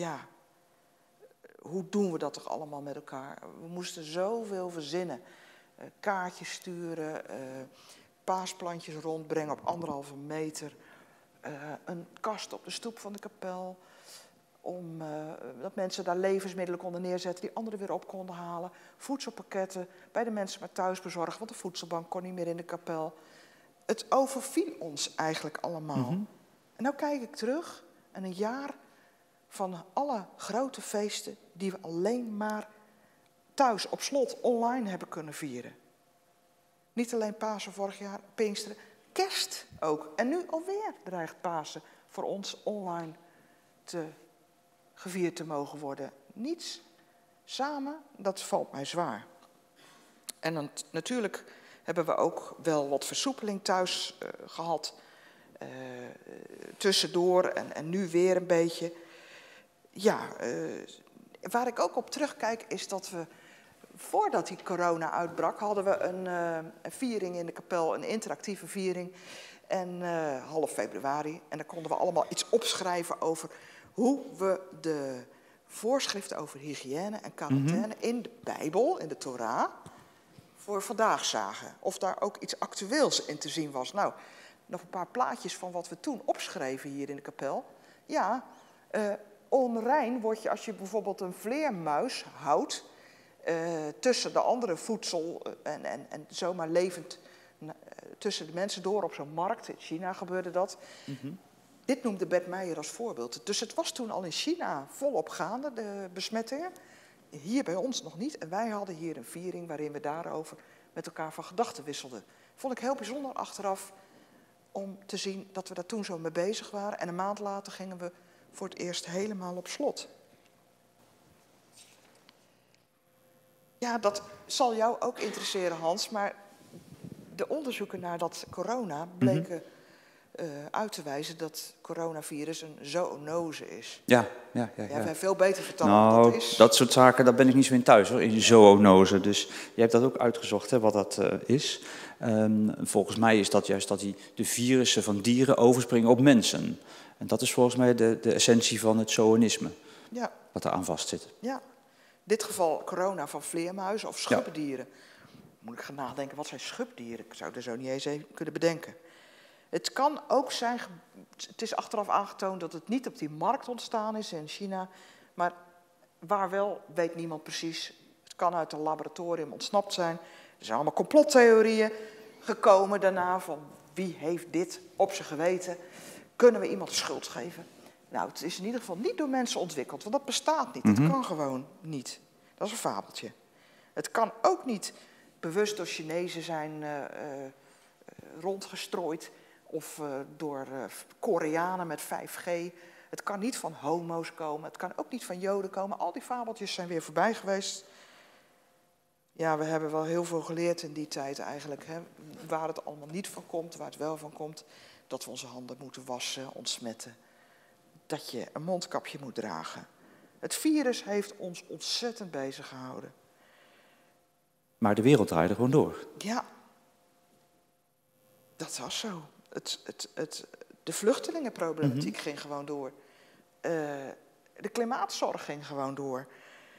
hoe doen we dat toch allemaal met elkaar? We moesten zoveel verzinnen. Kaartjes sturen, paasplantjes rondbrengen op 1,5 meter. Een kast op de stoep van de kapel. Dat mensen daar levensmiddelen konden neerzetten die anderen weer op konden halen. Voedselpakketten bij de mensen maar thuis bezorgen, want de voedselbank kon niet meer in de kapel. Het overviel ons eigenlijk allemaal. Mm-hmm. En nu kijk ik terug en een jaar van alle grote feesten die we alleen maar thuis op slot online hebben kunnen vieren. Niet alleen Pasen vorig jaar, Pinksteren, Kerst ook. En nu alweer dreigt Pasen voor ons online gevierd te mogen worden. Niets samen, dat valt mij zwaar. En dan, natuurlijk hebben we ook wel wat versoepeling thuis gehad. Tussendoor en nu weer een beetje. Waar ik ook op terugkijk is dat we, voordat die corona uitbrak, hadden we een viering in de kapel, een interactieve viering. En half februari. En dan konden we allemaal iets opschrijven over hoe we de voorschriften over hygiëne en quarantaine in de Bijbel, in de Torah, voor vandaag zagen. Of daar ook iets actueels in te zien was. Nou, nog een paar plaatjes van wat we toen opschreven hier in de kapel. Ja, onrein word je als je bijvoorbeeld een vleermuis houdt tussen de andere voedsel en zomaar levend tussen de mensen door op zo'n markt. In China gebeurde dat. Mm-hmm. Dit noemde Bert Meijer als voorbeeld. Dus het was toen al in China volop gaande, de besmettingen. Hier bij ons nog niet. En wij hadden hier een viering waarin we daarover met elkaar van gedachten wisselden. Vond ik heel bijzonder achteraf om te zien dat we daar toen zo mee bezig waren. En een maand later gingen we voor het eerst helemaal op slot. Ja, dat zal jou ook interesseren, Hans. Maar de onderzoeken naar dat corona bleken uit te wijzen dat coronavirus een zoonose is.
Ja.
Wij veel beter vertellen wat dat is.
Dat soort zaken, daar ben ik niet zo in thuis hoor, in zoonose. Dus je hebt dat ook uitgezocht, hè, wat dat is. Volgens mij is dat juist dat de virussen van dieren overspringen op mensen. En dat is volgens mij de essentie van het zoonisme. Ja. Wat er aan vastzit.
Ja. In dit geval corona van vleermuizen of schubbedieren. moet ik gaan nadenken, wat zijn schubdieren? Ik zou er zo niet eens even kunnen bedenken. Het kan ook zijn, het is achteraf aangetoond dat het niet op die markt ontstaan is in China, maar waar wel, weet niemand precies. Het kan uit een laboratorium ontsnapt zijn. Er zijn allemaal complottheorieën gekomen daarna van wie heeft dit op zijn geweten. Kunnen we iemand schuld geven? Nou, het is in ieder geval niet door mensen ontwikkeld, want dat bestaat niet. Dat kan gewoon niet. Dat is een fabeltje. Het kan ook niet bewust door Chinezen zijn rondgestrooid of door Koreanen met 5G. Het kan niet van homo's komen, het kan ook niet van Joden komen. Al die fabeltjes zijn weer voorbij geweest. Ja, we hebben wel heel veel geleerd in die tijd eigenlijk. Hè? Waar het allemaal niet van komt, waar het wel van komt. Dat we onze handen moeten wassen, ontsmetten. Dat je een mondkapje moet dragen. Het virus heeft ons ontzettend bezig gehouden.
Maar de wereld draaide gewoon door.
Ja, dat was zo. De vluchtelingenproblematiek ging gewoon door. De klimaatzorg ging gewoon door.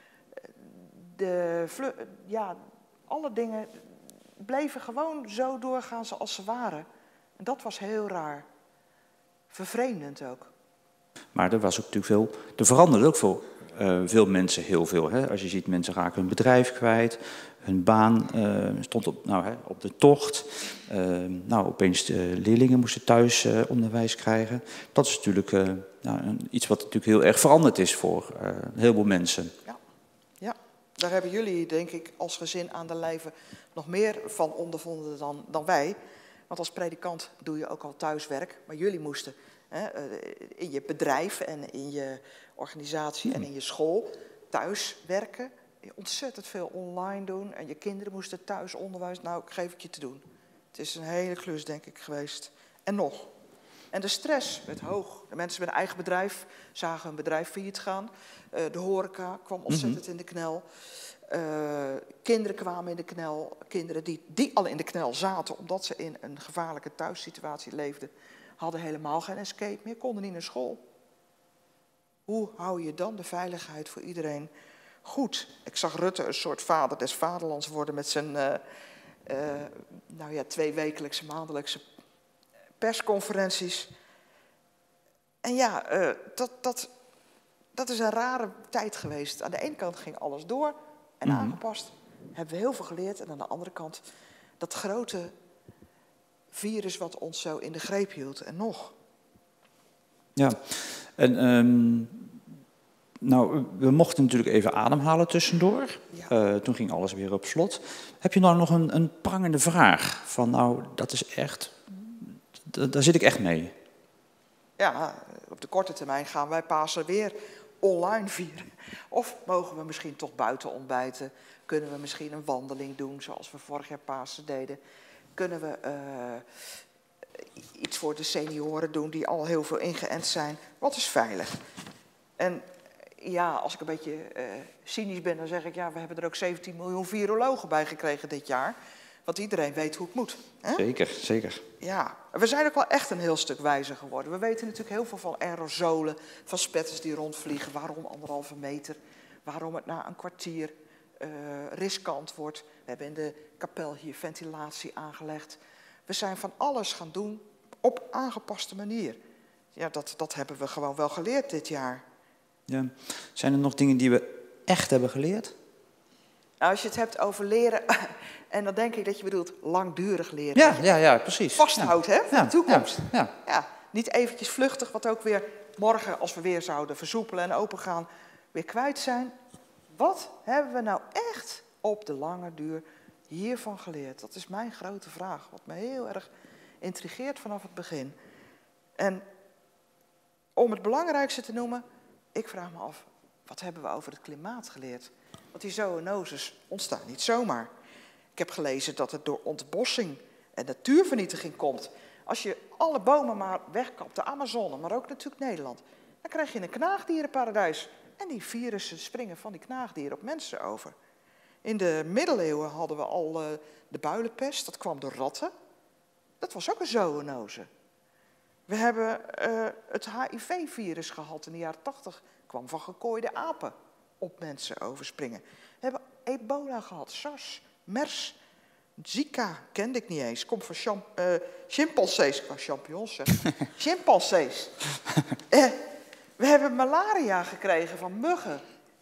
Alle dingen bleven gewoon zo doorgaan zoals ze waren. En dat was heel raar. Vervreemdend ook.
Maar er was ook natuurlijk veel. Er veranderde ook veel mensen heel veel. Hè? Als je ziet, mensen raken hun bedrijf kwijt. Hun baan stond op de tocht. Opeens de leerlingen moesten thuis onderwijs krijgen. Dat is natuurlijk iets wat natuurlijk heel erg veranderd is voor een heleboel mensen.
Ja, daar hebben jullie, denk ik, als gezin aan de lijve nog meer van ondervonden dan wij. Want als predikant doe je ook al thuiswerk. Maar jullie moesten in je bedrijf en in je organisatie en in je school thuis werken. Ontzettend veel online doen. En je kinderen moesten thuis onderwijs. Nou, ik geef het je te doen. Het is een hele klus, denk ik, geweest. En nog. En de stress werd hoog. De mensen met een eigen bedrijf zagen hun bedrijf failliet gaan. De horeca kwam ontzettend in de knel. Kinderen kwamen in de knel. Kinderen die al in de knel zaten omdat ze in een gevaarlijke thuissituatie leefden, hadden helemaal geen escape meer, konden niet naar school. Hoe hou je dan de veiligheid voor iedereen goed? Ik zag Rutte een soort vader des vaderlands worden met zijn 2 wekelijkse, maandelijkse persconferenties. En ja, dat is een rare tijd geweest. Aan de ene kant ging alles door en aangepast. Hebben we heel veel geleerd. En aan de andere kant dat grote virus wat ons zo in de greep hield. En nog.
Ja, en we mochten natuurlijk even ademhalen tussendoor. Ja. Toen ging alles weer op slot. Heb je nou nog een prangende vraag? Van dat is echt, daar zit ik echt mee.
Ja, op de korte termijn gaan wij Pasen weer online vieren. Of mogen we misschien toch buiten ontbijten? Kunnen we misschien een wandeling doen zoals we vorig jaar Pasen deden? Kunnen we iets voor de senioren doen die al heel veel ingeënt zijn? Wat is veilig? En ja, als ik een beetje cynisch ben, dan zeg ik, ja, we hebben er ook 17 miljoen virologen bij gekregen dit jaar. Want iedereen weet hoe het moet. Hè?
Zeker, zeker.
Ja, we zijn ook wel echt een heel stuk wijzer geworden. We weten natuurlijk heel veel van aerosolen, van spetters die rondvliegen. Waarom 1,5 meter? Waarom het na een kwartier riskant wordt. We hebben in de kapel hier ventilatie aangelegd. We zijn van alles gaan doen op aangepaste manier. Ja, dat hebben we gewoon wel geleerd dit jaar.
Ja. Zijn er nog dingen die we echt hebben geleerd?
Nou, als je het hebt over leren, en dan denk ik dat je bedoelt langdurig leren.
Ja, precies.
Vasthoudt, hè, voor de toekomst.
Ja.
Niet eventjes vluchtig, wat ook weer morgen, als we weer zouden versoepelen en opengaan, weer kwijt zijn. Wat hebben we nou echt op de lange duur hiervan geleerd? Dat is mijn grote vraag, wat me heel erg intrigeert vanaf het begin. En om het belangrijkste te noemen, ik vraag me af, wat hebben we over het klimaat geleerd? Want die zoonoses ontstaan niet zomaar. Ik heb gelezen dat het door ontbossing en natuurvernietiging komt. Als je alle bomen maar wegkapt, de Amazone, maar ook natuurlijk Nederland, dan krijg je een knaagdierenparadijs. En die virussen springen van die knaagdieren op mensen over. In de middeleeuwen hadden we al de builenpest, dat kwam door ratten. Dat was ook een zoonose. We hebben het HIV-virus gehad in de jaren 80. Kwam van gekooide apen op mensen overspringen. We hebben ebola gehad, SARS, MERS. Zika kende ik niet eens. Komt van chimpansees. Ik wou champignons zeggen. Chimpansees. We hebben malaria gekregen van muggen.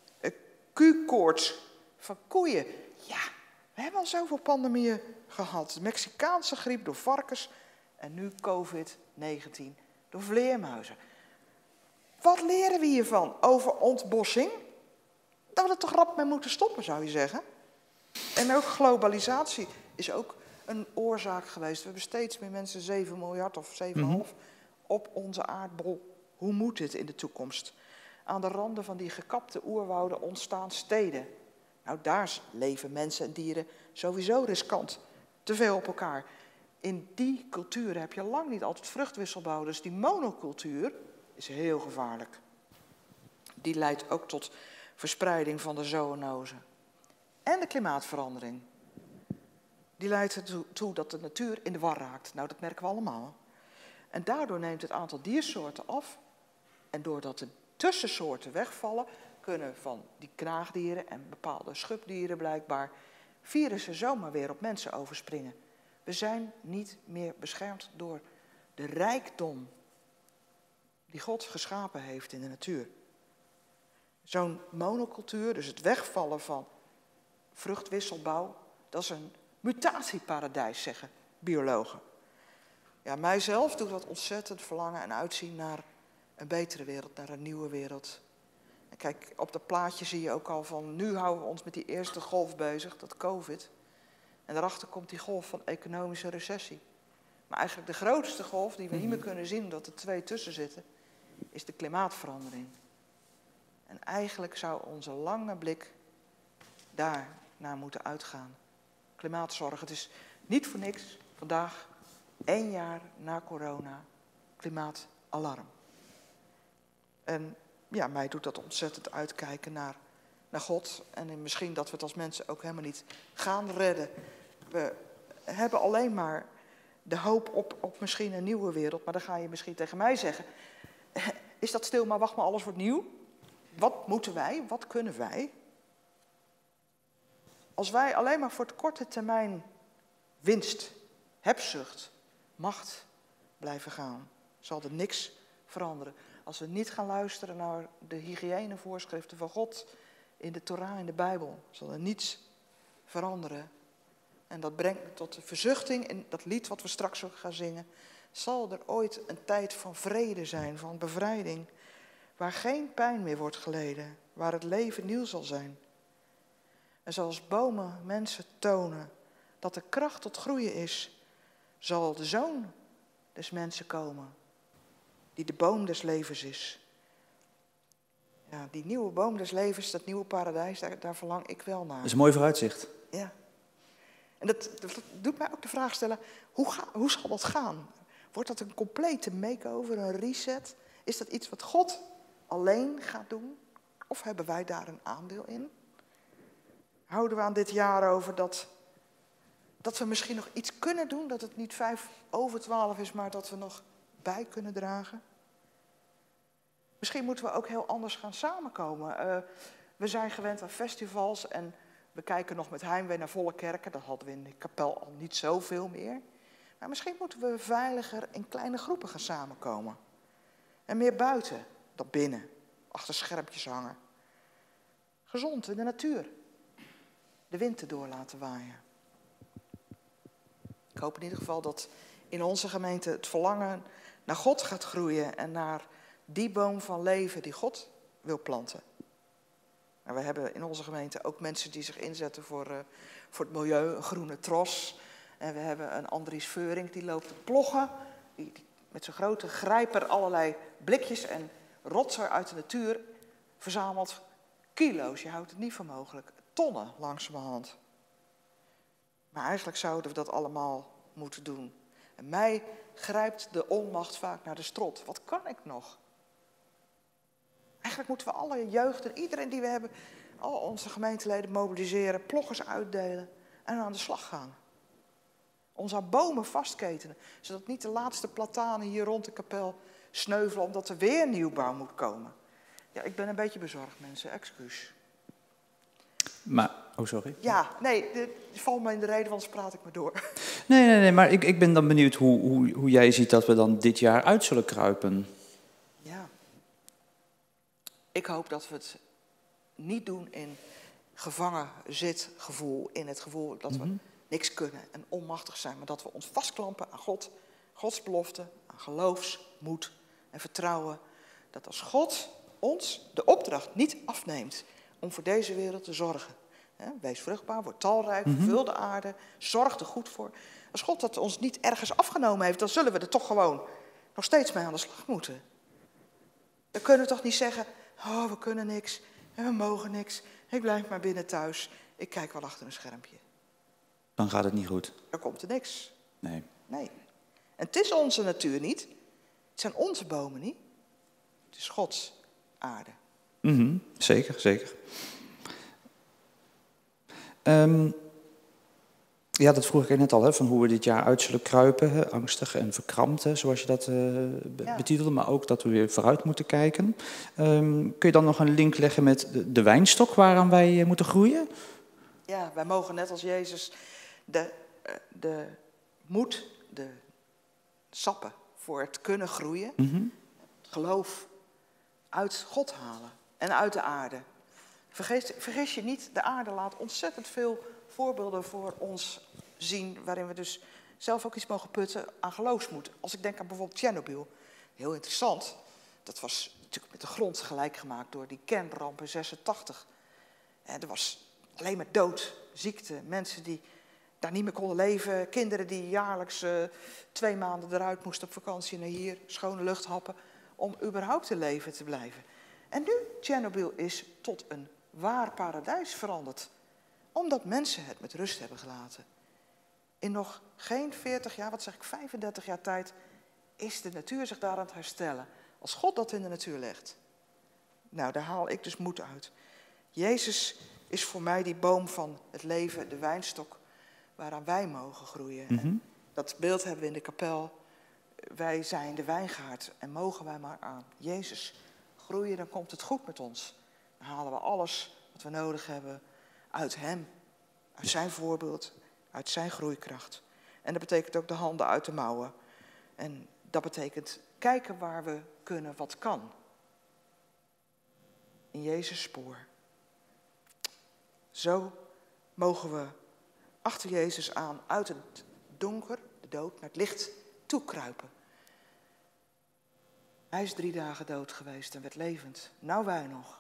Q-koorts van koeien. Ja, we hebben al zoveel pandemieën gehad. De Mexicaanse griep door varkens. En nu COVID-19 door vleermuizen. Wat leren we hiervan over ontbossing? Dat we er toch rap mee moeten stoppen, zou je zeggen. En ook globalisatie is ook een oorzaak geweest. We hebben steeds meer mensen, 7 miljard of 7,5 op onze aardbol. Hoe moet dit in de toekomst? Aan de randen van die gekapte oerwouden ontstaan steden. Nou, daar leven mensen en dieren sowieso riskant. Te veel op elkaar. In die culturen heb je lang niet altijd vruchtwisselbouw. Dus die monocultuur is heel gevaarlijk. Die leidt ook tot verspreiding van de zoonose. En de klimaatverandering. Die leidt ertoe dat de natuur in de war raakt. Nou, dat merken we allemaal. En daardoor neemt het aantal diersoorten af. En doordat de tussensoorten wegvallen, kunnen van die knaagdieren en bepaalde schubdieren blijkbaar virussen zomaar weer op mensen overspringen. We zijn niet meer beschermd door de rijkdom die God geschapen heeft in de natuur. Zo'n monocultuur, dus het wegvallen van vruchtwisselbouw, dat is een mutatieparadijs, zeggen biologen. Ja, mijzelf doet dat ontzettend verlangen en uitzien naar een betere wereld, naar een nieuwe wereld. En kijk, op dat plaatje zie je ook al van, nu houden we ons met die eerste golf bezig, dat COVID. En daarachter komt die golf van economische recessie. Maar eigenlijk de grootste golf, die we niet meer kunnen zien, omdat er 2 tussen zitten, is de klimaatverandering. En eigenlijk zou onze lange blik daar naar moeten uitgaan. Klimaatzorg, het is niet voor niks vandaag, 1 jaar na corona, klimaatalarm. En ja, mij doet dat ontzettend uitkijken naar God. En misschien dat we het als mensen ook helemaal niet gaan redden. We hebben alleen maar de hoop op misschien een nieuwe wereld. Maar dan ga je misschien tegen mij zeggen, is dat stil, maar wacht maar, alles wordt nieuw? Wat moeten wij? Wat kunnen wij? Als wij alleen maar voor het korte termijn winst, hebzucht, macht blijven gaan, zal er niks veranderen. Als we niet gaan luisteren naar de hygiënevoorschriften van God in de Torah, in de Bijbel, zal er niets veranderen. En dat brengt me tot de verzuchting in dat lied wat we straks ook gaan zingen. Zal er ooit een tijd van vrede zijn, van bevrijding, waar geen pijn meer wordt geleden, waar het leven nieuw zal zijn. En zoals bomen mensen tonen dat er kracht tot groeien is, zal de Zoon des mensen komen, die de boom des levens is. Ja, die nieuwe boom des levens, dat nieuwe paradijs, daar verlang ik wel naar.
Dat is een mooi vooruitzicht.
Ja. En dat doet mij ook de vraag stellen, hoe zal dat gaan? Wordt dat een complete make-over, een reset? Is dat iets wat God alleen gaat doen? Of hebben wij daar een aandeel in? Houden we aan dit jaar over dat we misschien nog iets kunnen doen? Dat het niet 11:55 is, maar dat we nog bij kunnen dragen? Misschien moeten we ook heel anders gaan samenkomen. We zijn gewend aan festivals en we kijken nog met heimwee naar volle kerken. Dat hadden we in de kapel al niet zoveel meer. Maar misschien moeten we veiliger in kleine groepen gaan samenkomen. En meer buiten dan binnen, achter schermpjes hangen. Gezond in de natuur. De wind erdoor laten waaien. Ik hoop in ieder geval dat in onze gemeente het verlangen naar God gaat groeien en naar die boom van leven die God wil planten. En we hebben in onze gemeente ook mensen die zich inzetten voor het milieu, een groene tros. En we hebben een Andries Veurink die loopt te ploggen, die met zijn grote grijper allerlei blikjes en rotzooi uit de natuur verzamelt. Kilo's, je houdt het niet voor mogelijk, tonnen langzamerhand. Maar eigenlijk zouden we dat allemaal moeten doen. En mij grijpt de onmacht vaak naar de strot. Wat kan ik nog? Eigenlijk moeten we alle jeugd en iedereen die we hebben, al onze gemeenteleden mobiliseren, ploggers uitdelen en aan de slag gaan. Ons aan bomen vastketenen, zodat niet de laatste platanen hier rond de kapel sneuvelen omdat er weer nieuwbouw moet komen. Ja, ik ben een beetje bezorgd, mensen, excuus.
Maar Oh, sorry.
Ja, nee, je valt me in de reden, anders praat ik maar door.
Nee, maar ik ben dan benieuwd hoe jij ziet dat we dan dit jaar uit zullen kruipen.
Ja. Ik hoop dat we het niet doen in gevangen zitgevoel, in het gevoel dat we niks kunnen en onmachtig zijn, maar dat we ons vastklampen aan God, Gods belofte, aan geloofsmoed en vertrouwen. Dat als God ons de opdracht niet afneemt om voor deze wereld te zorgen. Wees vruchtbaar, word talrijk, vervul de aarde, zorg er goed voor. Als God dat ons niet ergens afgenomen heeft, dan zullen we er toch gewoon nog steeds mee aan de slag moeten. Dan kunnen we toch niet zeggen, oh, we kunnen niks en we mogen niks. Ik blijf maar binnen thuis, ik kijk wel achter een schermpje.
Dan gaat het niet goed.
Dan komt er niks.
Nee.
Nee. En het is onze natuur niet. Het zijn onze bomen niet. Het is Gods aarde.
Zeker. Ja, dat vroeg ik net al, van hoe we dit jaar uit zullen kruipen. Angstig en verkrampt, zoals je dat betitelde. Maar ook dat we weer vooruit moeten kijken. Kun je dan nog een link leggen met de wijnstok waaraan wij moeten groeien?
Ja, wij mogen net als Jezus de moed, de sappen voor het kunnen groeien. Het geloof uit God halen en uit de aarde. Vergis je niet, de aarde laat ontzettend veel voorbeelden voor ons zien, waarin we dus zelf ook iets mogen putten aan geloofsmoed. Als ik denk aan bijvoorbeeld Tsjernobyl, heel interessant. Dat was natuurlijk met de grond gelijk gemaakt door die kernramp in 86. En er was alleen maar dood, ziekte, mensen die daar niet meer konden leven, kinderen die jaarlijks 2 maanden eruit moesten op vakantie naar hier, schone lucht happen, om überhaupt te leven te blijven. En nu, Tsjernobyl is tot een waar paradijs veranderd. Omdat mensen het met rust hebben gelaten. In nog geen 40 jaar, 35 jaar tijd, is de natuur zich daar aan het herstellen. Als God dat in de natuur legt. Nou, daar haal ik dus moed uit. Jezus is voor mij die boom van het leven, de wijnstok, waaraan wij mogen groeien. En dat beeld hebben we in de kapel. Wij zijn de wijngaard en mogen wij maar aan Jezus groeien, dan komt het goed met ons. Dan halen we alles wat we nodig hebben uit hem, uit zijn voorbeeld, uit zijn groeikracht. En dat betekent ook de handen uit de mouwen. En dat betekent kijken waar we kunnen wat kan. In Jezus' spoor. Zo mogen we achter Jezus aan uit het donker, de dood, naar het licht toekruipen. Hij is 3 dagen dood geweest en werd levend. Nou wij nog.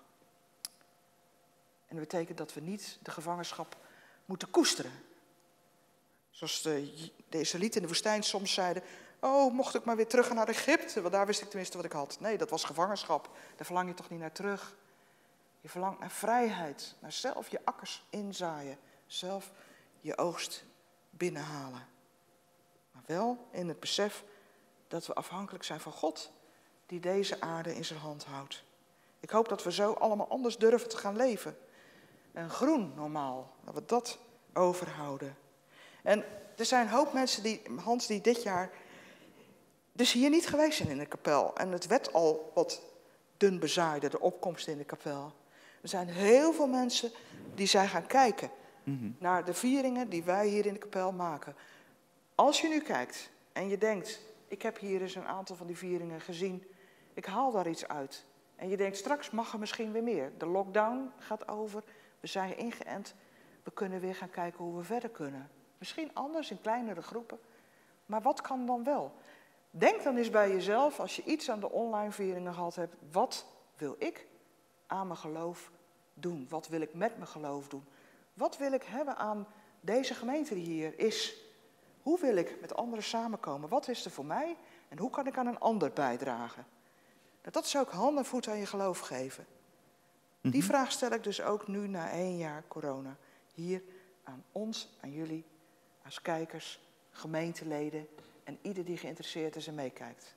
En dat betekent dat we niet de gevangenschap moeten koesteren. Zoals de Israëlieten in de woestijn soms zeiden, oh, mocht ik maar weer terug gaan naar Egypte, want daar wist ik tenminste wat ik had. Nee, dat was gevangenschap. Daar verlang je toch niet naar terug. Je verlangt naar vrijheid, naar zelf je akkers inzaaien, zelf je oogst binnenhalen. Maar wel in het besef dat we afhankelijk zijn van God, die deze aarde in zijn hand houdt. Ik hoop dat we zo allemaal anders durven te gaan leven. En groen normaal, dat we dat overhouden. En er zijn een hoop mensen, Hans, die dit jaar dus hier niet geweest zijn in de kapel. En het werd al wat dun bezaaide, de opkomst in de kapel. Er zijn heel veel mensen die zijn gaan kijken naar de vieringen die wij hier in de kapel maken. Als je nu kijkt en je denkt, ik heb hier eens een aantal van die vieringen gezien, ik haal daar iets uit. En je denkt, straks mag er misschien weer meer. De lockdown gaat over, we zijn ingeënt, we kunnen weer gaan kijken hoe we verder kunnen. Misschien anders, in kleinere groepen. Maar wat kan dan wel? Denk dan eens bij jezelf, als je iets aan de online vieringen gehad hebt, wat wil ik aan mijn geloof doen? Wat wil ik met mijn geloof doen? Wat wil ik hebben aan deze gemeente die hier is? Hoe wil ik met anderen samenkomen? Wat is er voor mij? En hoe kan ik aan een ander bijdragen? Dat zou ook hand en voet aan je geloof geven. Die vraag stel ik dus ook nu na 1 jaar corona. Hier aan ons, aan jullie, als kijkers, gemeenteleden en ieder die geïnteresseerd is en meekijkt.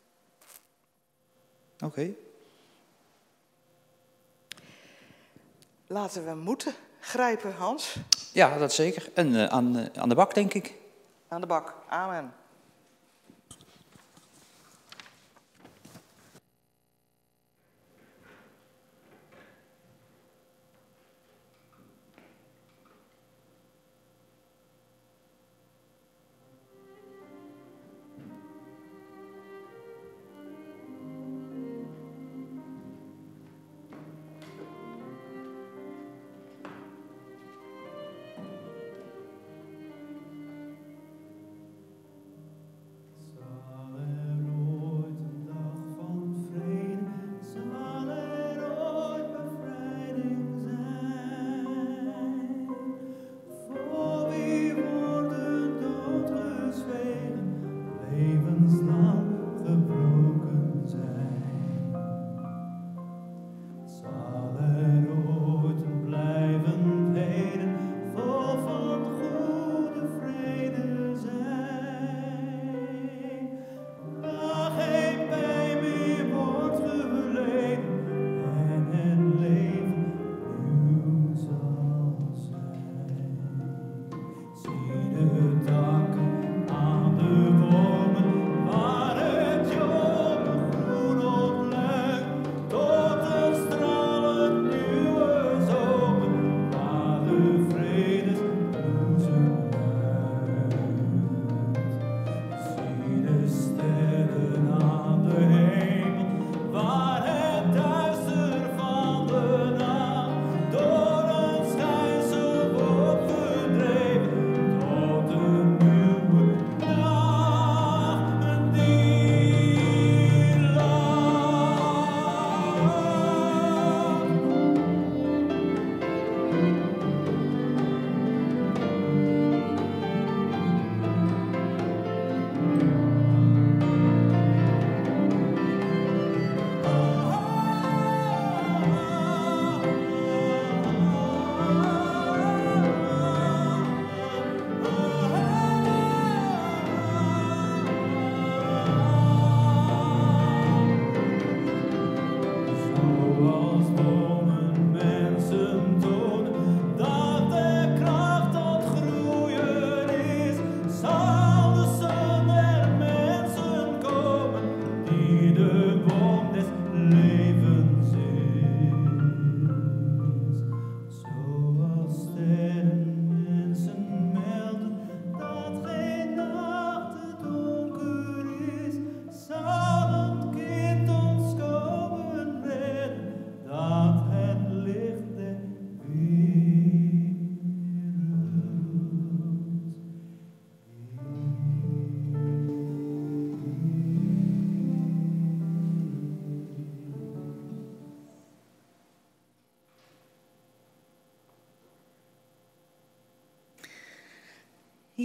Oké.
Laten we moeten grijpen, Hans.
Ja, dat zeker. En aan de bak, denk ik.
Aan de bak. Amen.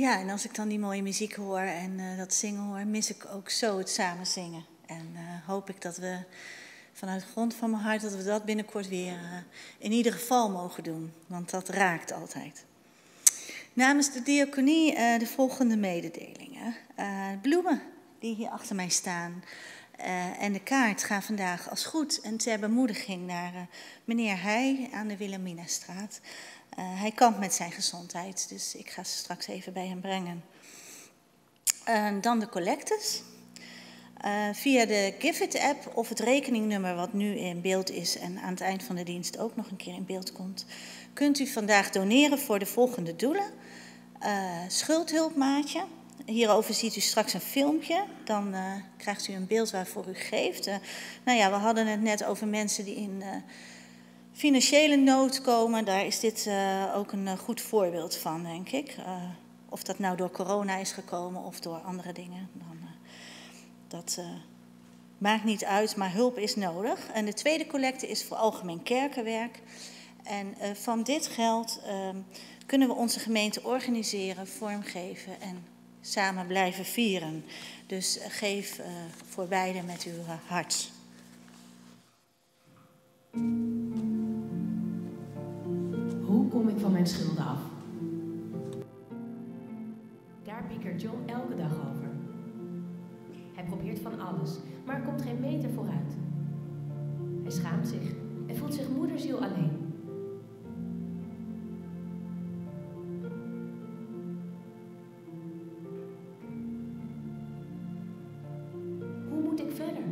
Ja, en als ik dan die mooie muziek hoor en dat zingen hoor, mis ik ook zo het samen zingen. En hoop ik dat we vanuit de grond van mijn hart, dat we dat binnenkort weer in ieder geval mogen doen. Want dat raakt altijd. Namens de diaconie de volgende mededelingen. Bloemen die hier achter mij staan en de kaart gaan vandaag als goed en ter bemoediging naar meneer Heij aan de Wilhelminastraat. Hij kampt met zijn gezondheid, dus ik ga ze straks even bij hem brengen. Dan de collectes. Via de Givit-app of het rekeningnummer wat nu in beeld is en aan het eind van de dienst ook nog een keer in beeld komt, kunt u vandaag doneren voor de volgende doelen. Schuldhulpmaatje. Hierover ziet u straks een filmpje. Dan krijgt u een beeld waarvoor u geeft. Nou ja, we hadden het net over mensen die in financiële nood komen. Daar is dit ook een goed voorbeeld van, denk ik. Of dat nou door corona is gekomen of door andere dingen. Dat maakt niet uit, maar hulp is nodig. En de tweede collecte is voor algemeen kerkenwerk. En van dit geld kunnen we onze gemeente organiseren, vormgeven en samen blijven vieren. Dus geef voor beide met uw hart.
Hoe kom ik van mijn schulden af? Daar piekert John elke dag over. Hij probeert van alles, maar er komt geen meter vooruit. Hij schaamt zich en voelt zich moederziel alleen. Hoe moet ik verder?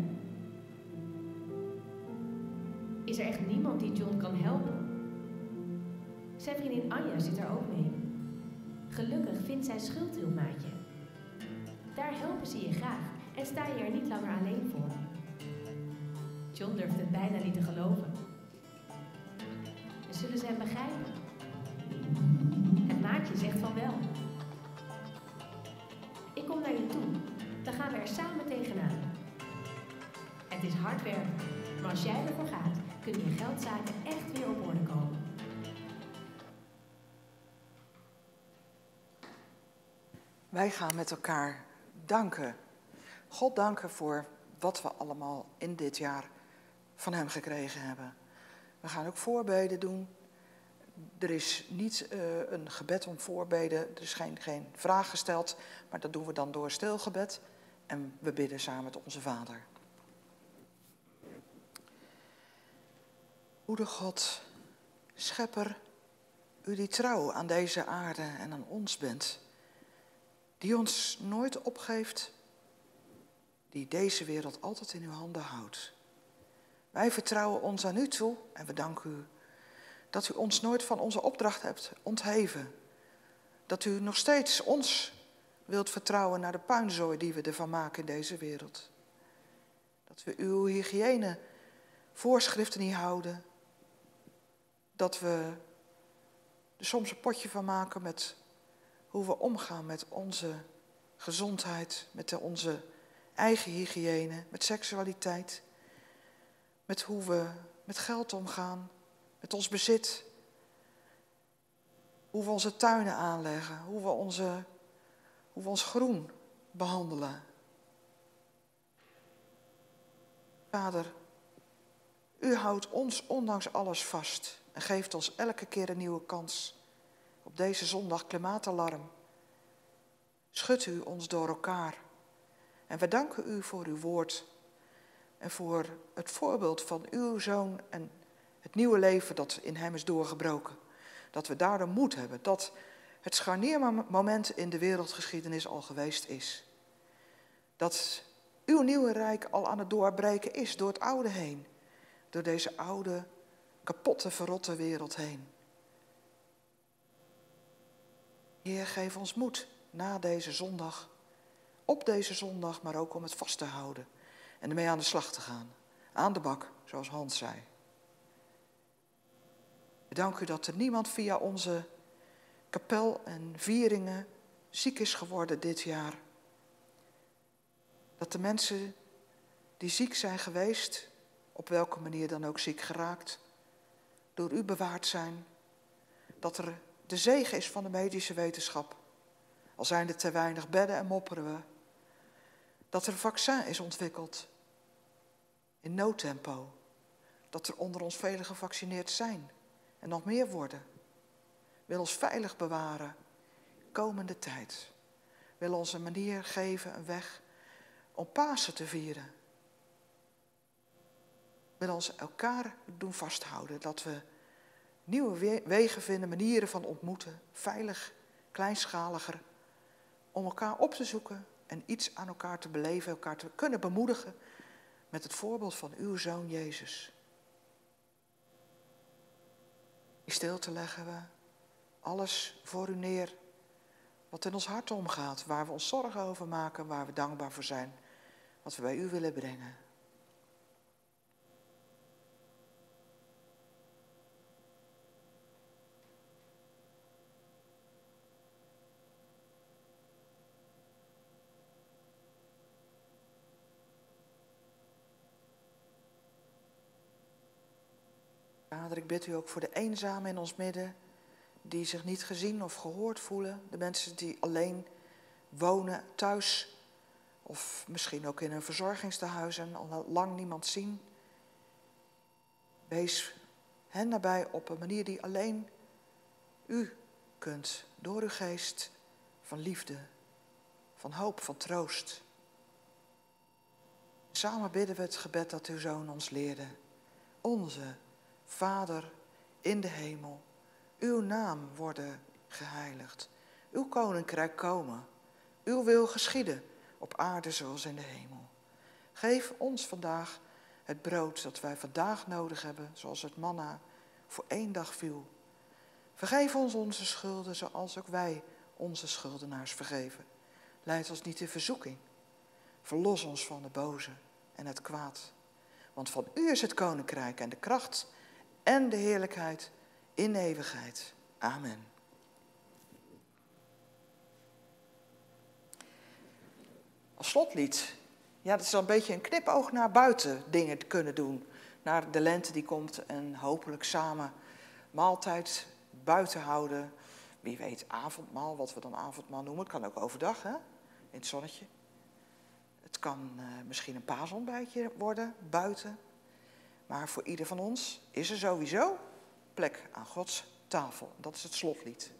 Is er echt niemand die John kan helpen? Zijn vriendin Anja zit er ook mee. Gelukkig vindt zij schuldhulpmaatje. Daar helpen ze je graag en sta je er niet langer alleen voor. John durft het bijna niet te geloven. Zullen ze hem begrijpen? Het maatje zegt van wel. Ik kom naar je toe, dan gaan we er samen tegenaan. Het is hard werken, maar als jij ervoor gaat, kunnen je geldzaken echt weer op orde komen.
Wij gaan met elkaar danken. God danken voor wat we allemaal in dit jaar van hem gekregen hebben. We gaan ook voorbeden doen. Er is niet een gebed om voorbeden, er is geen vraag gesteld, maar dat doen we dan door stilgebed. En we bidden samen met onze Vader. Goede God, schepper, u die trouw aan deze aarde en aan ons bent, die ons nooit opgeeft, die deze wereld altijd in uw handen houdt. Wij vertrouwen ons aan u toe en we danken u dat u ons nooit van onze opdracht hebt ontheven. Dat u nog steeds ons wilt vertrouwen naar de puinzooi die we ervan maken in deze wereld. Dat we uw hygiëne voorschriften niet houden. Dat we er soms een potje van maken met hoe we omgaan met onze gezondheid, met onze eigen hygiëne, met seksualiteit. Met hoe we met geld omgaan, met ons bezit. Hoe we onze tuinen aanleggen, hoe we ons groen behandelen. Vader, u houdt ons ondanks alles vast en geeft ons elke keer een nieuwe kans. Op deze zondag klimaatalarm. Schudt u ons door elkaar. En we danken u voor uw woord. En voor het voorbeeld van uw zoon en het nieuwe leven dat in hem is doorgebroken. Dat we daardoor moed hebben dat het scharniermoment in de wereldgeschiedenis al geweest is. Dat uw nieuwe rijk al aan het doorbreken is door het oude heen. Door deze oude, kapotte, verrotte wereld heen. Heer, geef ons moed na deze zondag. Op deze zondag, maar ook om het vast te houden. En ermee aan de slag te gaan. Aan de bak, zoals Hans zei. We danken u dat er niemand via onze kapel en vieringen ziek is geworden dit jaar. Dat de mensen die ziek zijn geweest, op welke manier dan ook ziek geraakt, door u bewaard zijn. Dat er de zegen is van de medische wetenschap. Al zijn er te weinig bedden en mopperen we. Dat er een vaccin is ontwikkeld. In noodtempo. Dat er onder ons velen gevaccineerd zijn. En nog meer worden. Wil ons veilig bewaren. Komende tijd. Wil ons een manier geven, een weg om Pasen te vieren. Wil ons elkaar doen vasthouden. Dat we nieuwe wegen vinden, manieren van ontmoeten. Veilig, kleinschaliger. Om elkaar op te zoeken en iets aan elkaar te beleven. Elkaar te kunnen bemoedigen met het voorbeeld van uw Zoon Jezus. In stilte leggen we alles voor u neer. Wat in ons hart omgaat, waar we ons zorgen over maken, waar we dankbaar voor zijn. Wat we bij u willen brengen. Vader, ik bid u ook voor de eenzamen in ons midden, die zich niet gezien of gehoord voelen. De mensen die alleen wonen thuis, of misschien ook in een verzorgingstehuis en al lang niemand zien. Wees hen nabij op een manier die alleen u kunt, door uw geest van liefde, van hoop, van troost. Samen bidden we het gebed dat uw Zoon ons leerde. Onze Vader in de hemel, uw naam worden geheiligd. Uw koninkrijk komen. Uw wil geschieden op aarde zoals in de hemel. Geef ons vandaag het brood dat wij vandaag nodig hebben, zoals het manna voor 1 dag viel. Vergeef ons onze schulden, zoals ook wij onze schuldenaars vergeven. Leid ons niet in verzoeking. Verlos ons van de boze en het kwaad. Want van u is het koninkrijk en de kracht en de heerlijkheid in eeuwigheid. Amen. Als slotlied, ja, dat is wel een beetje een knipoog naar buiten dingen te kunnen doen. Naar de lente die komt en hopelijk samen maaltijd buiten houden. Wie weet avondmaal, wat we dan avondmaal noemen. Het kan ook overdag, hè? In het zonnetje. Het kan misschien een paasontbijtje worden, buiten. Maar voor ieder van ons is er sowieso plek aan Gods tafel. Dat is het slotlied.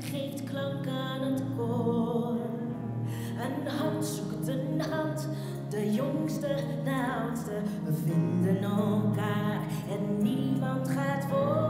Een hand zoekt een hand,
de jongste, de oudste, we vinden elkaar en niemand gaat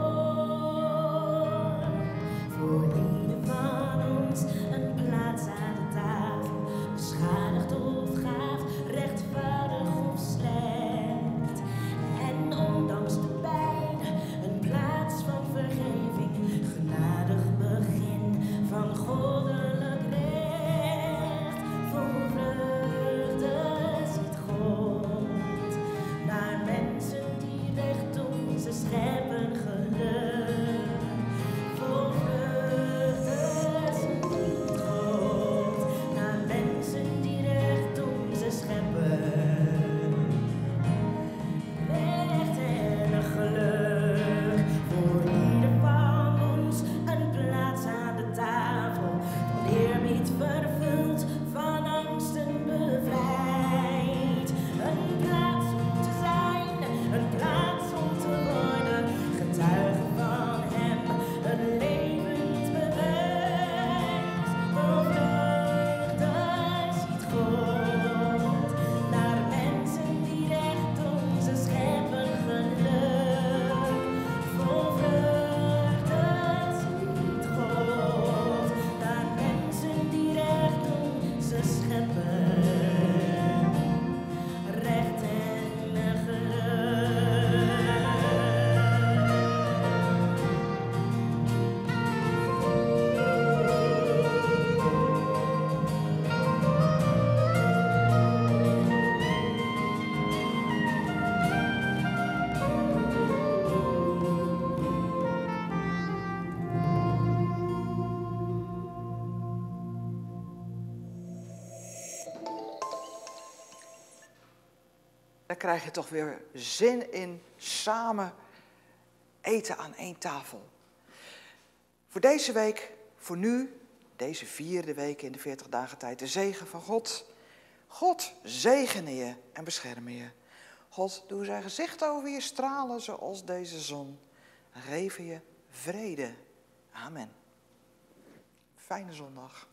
voor ieder van ons een plaats aan de tafel, beschadigd of gaaf, rechtvaardig of slecht. En ondanks de pijn, een plaats van vergeving, genadig begin van goddelijk recht. Vol vreugde ziet God naar mensen die recht om ze scheppen geluk. Vol vreugde ziet God naar mensen die recht om ze scheppen. Recht en geluk voor ieder van ons een plaats aan de tafel, van eerbied vervuld, van angsten bevrijd. Een plaats om te zijn, een plaats om te worden, getuige van hem, een levend bewijs. Vol vreugde ziet God naar mensen die recht om ze scheppen geluk. Vol vreugde ziet God naar mensen die recht om ze scheppen. Recht en geluk.
Daar krijg je toch weer zin in samen eten aan één tafel. Voor deze week, voor nu, deze 4e week in de 40 dagen tijd, de zegen van God. God zegene je en bescherme je. God, doe zijn gezicht over je stralen zoals deze zon. En geef je vrede. Amen. Fijne zondag.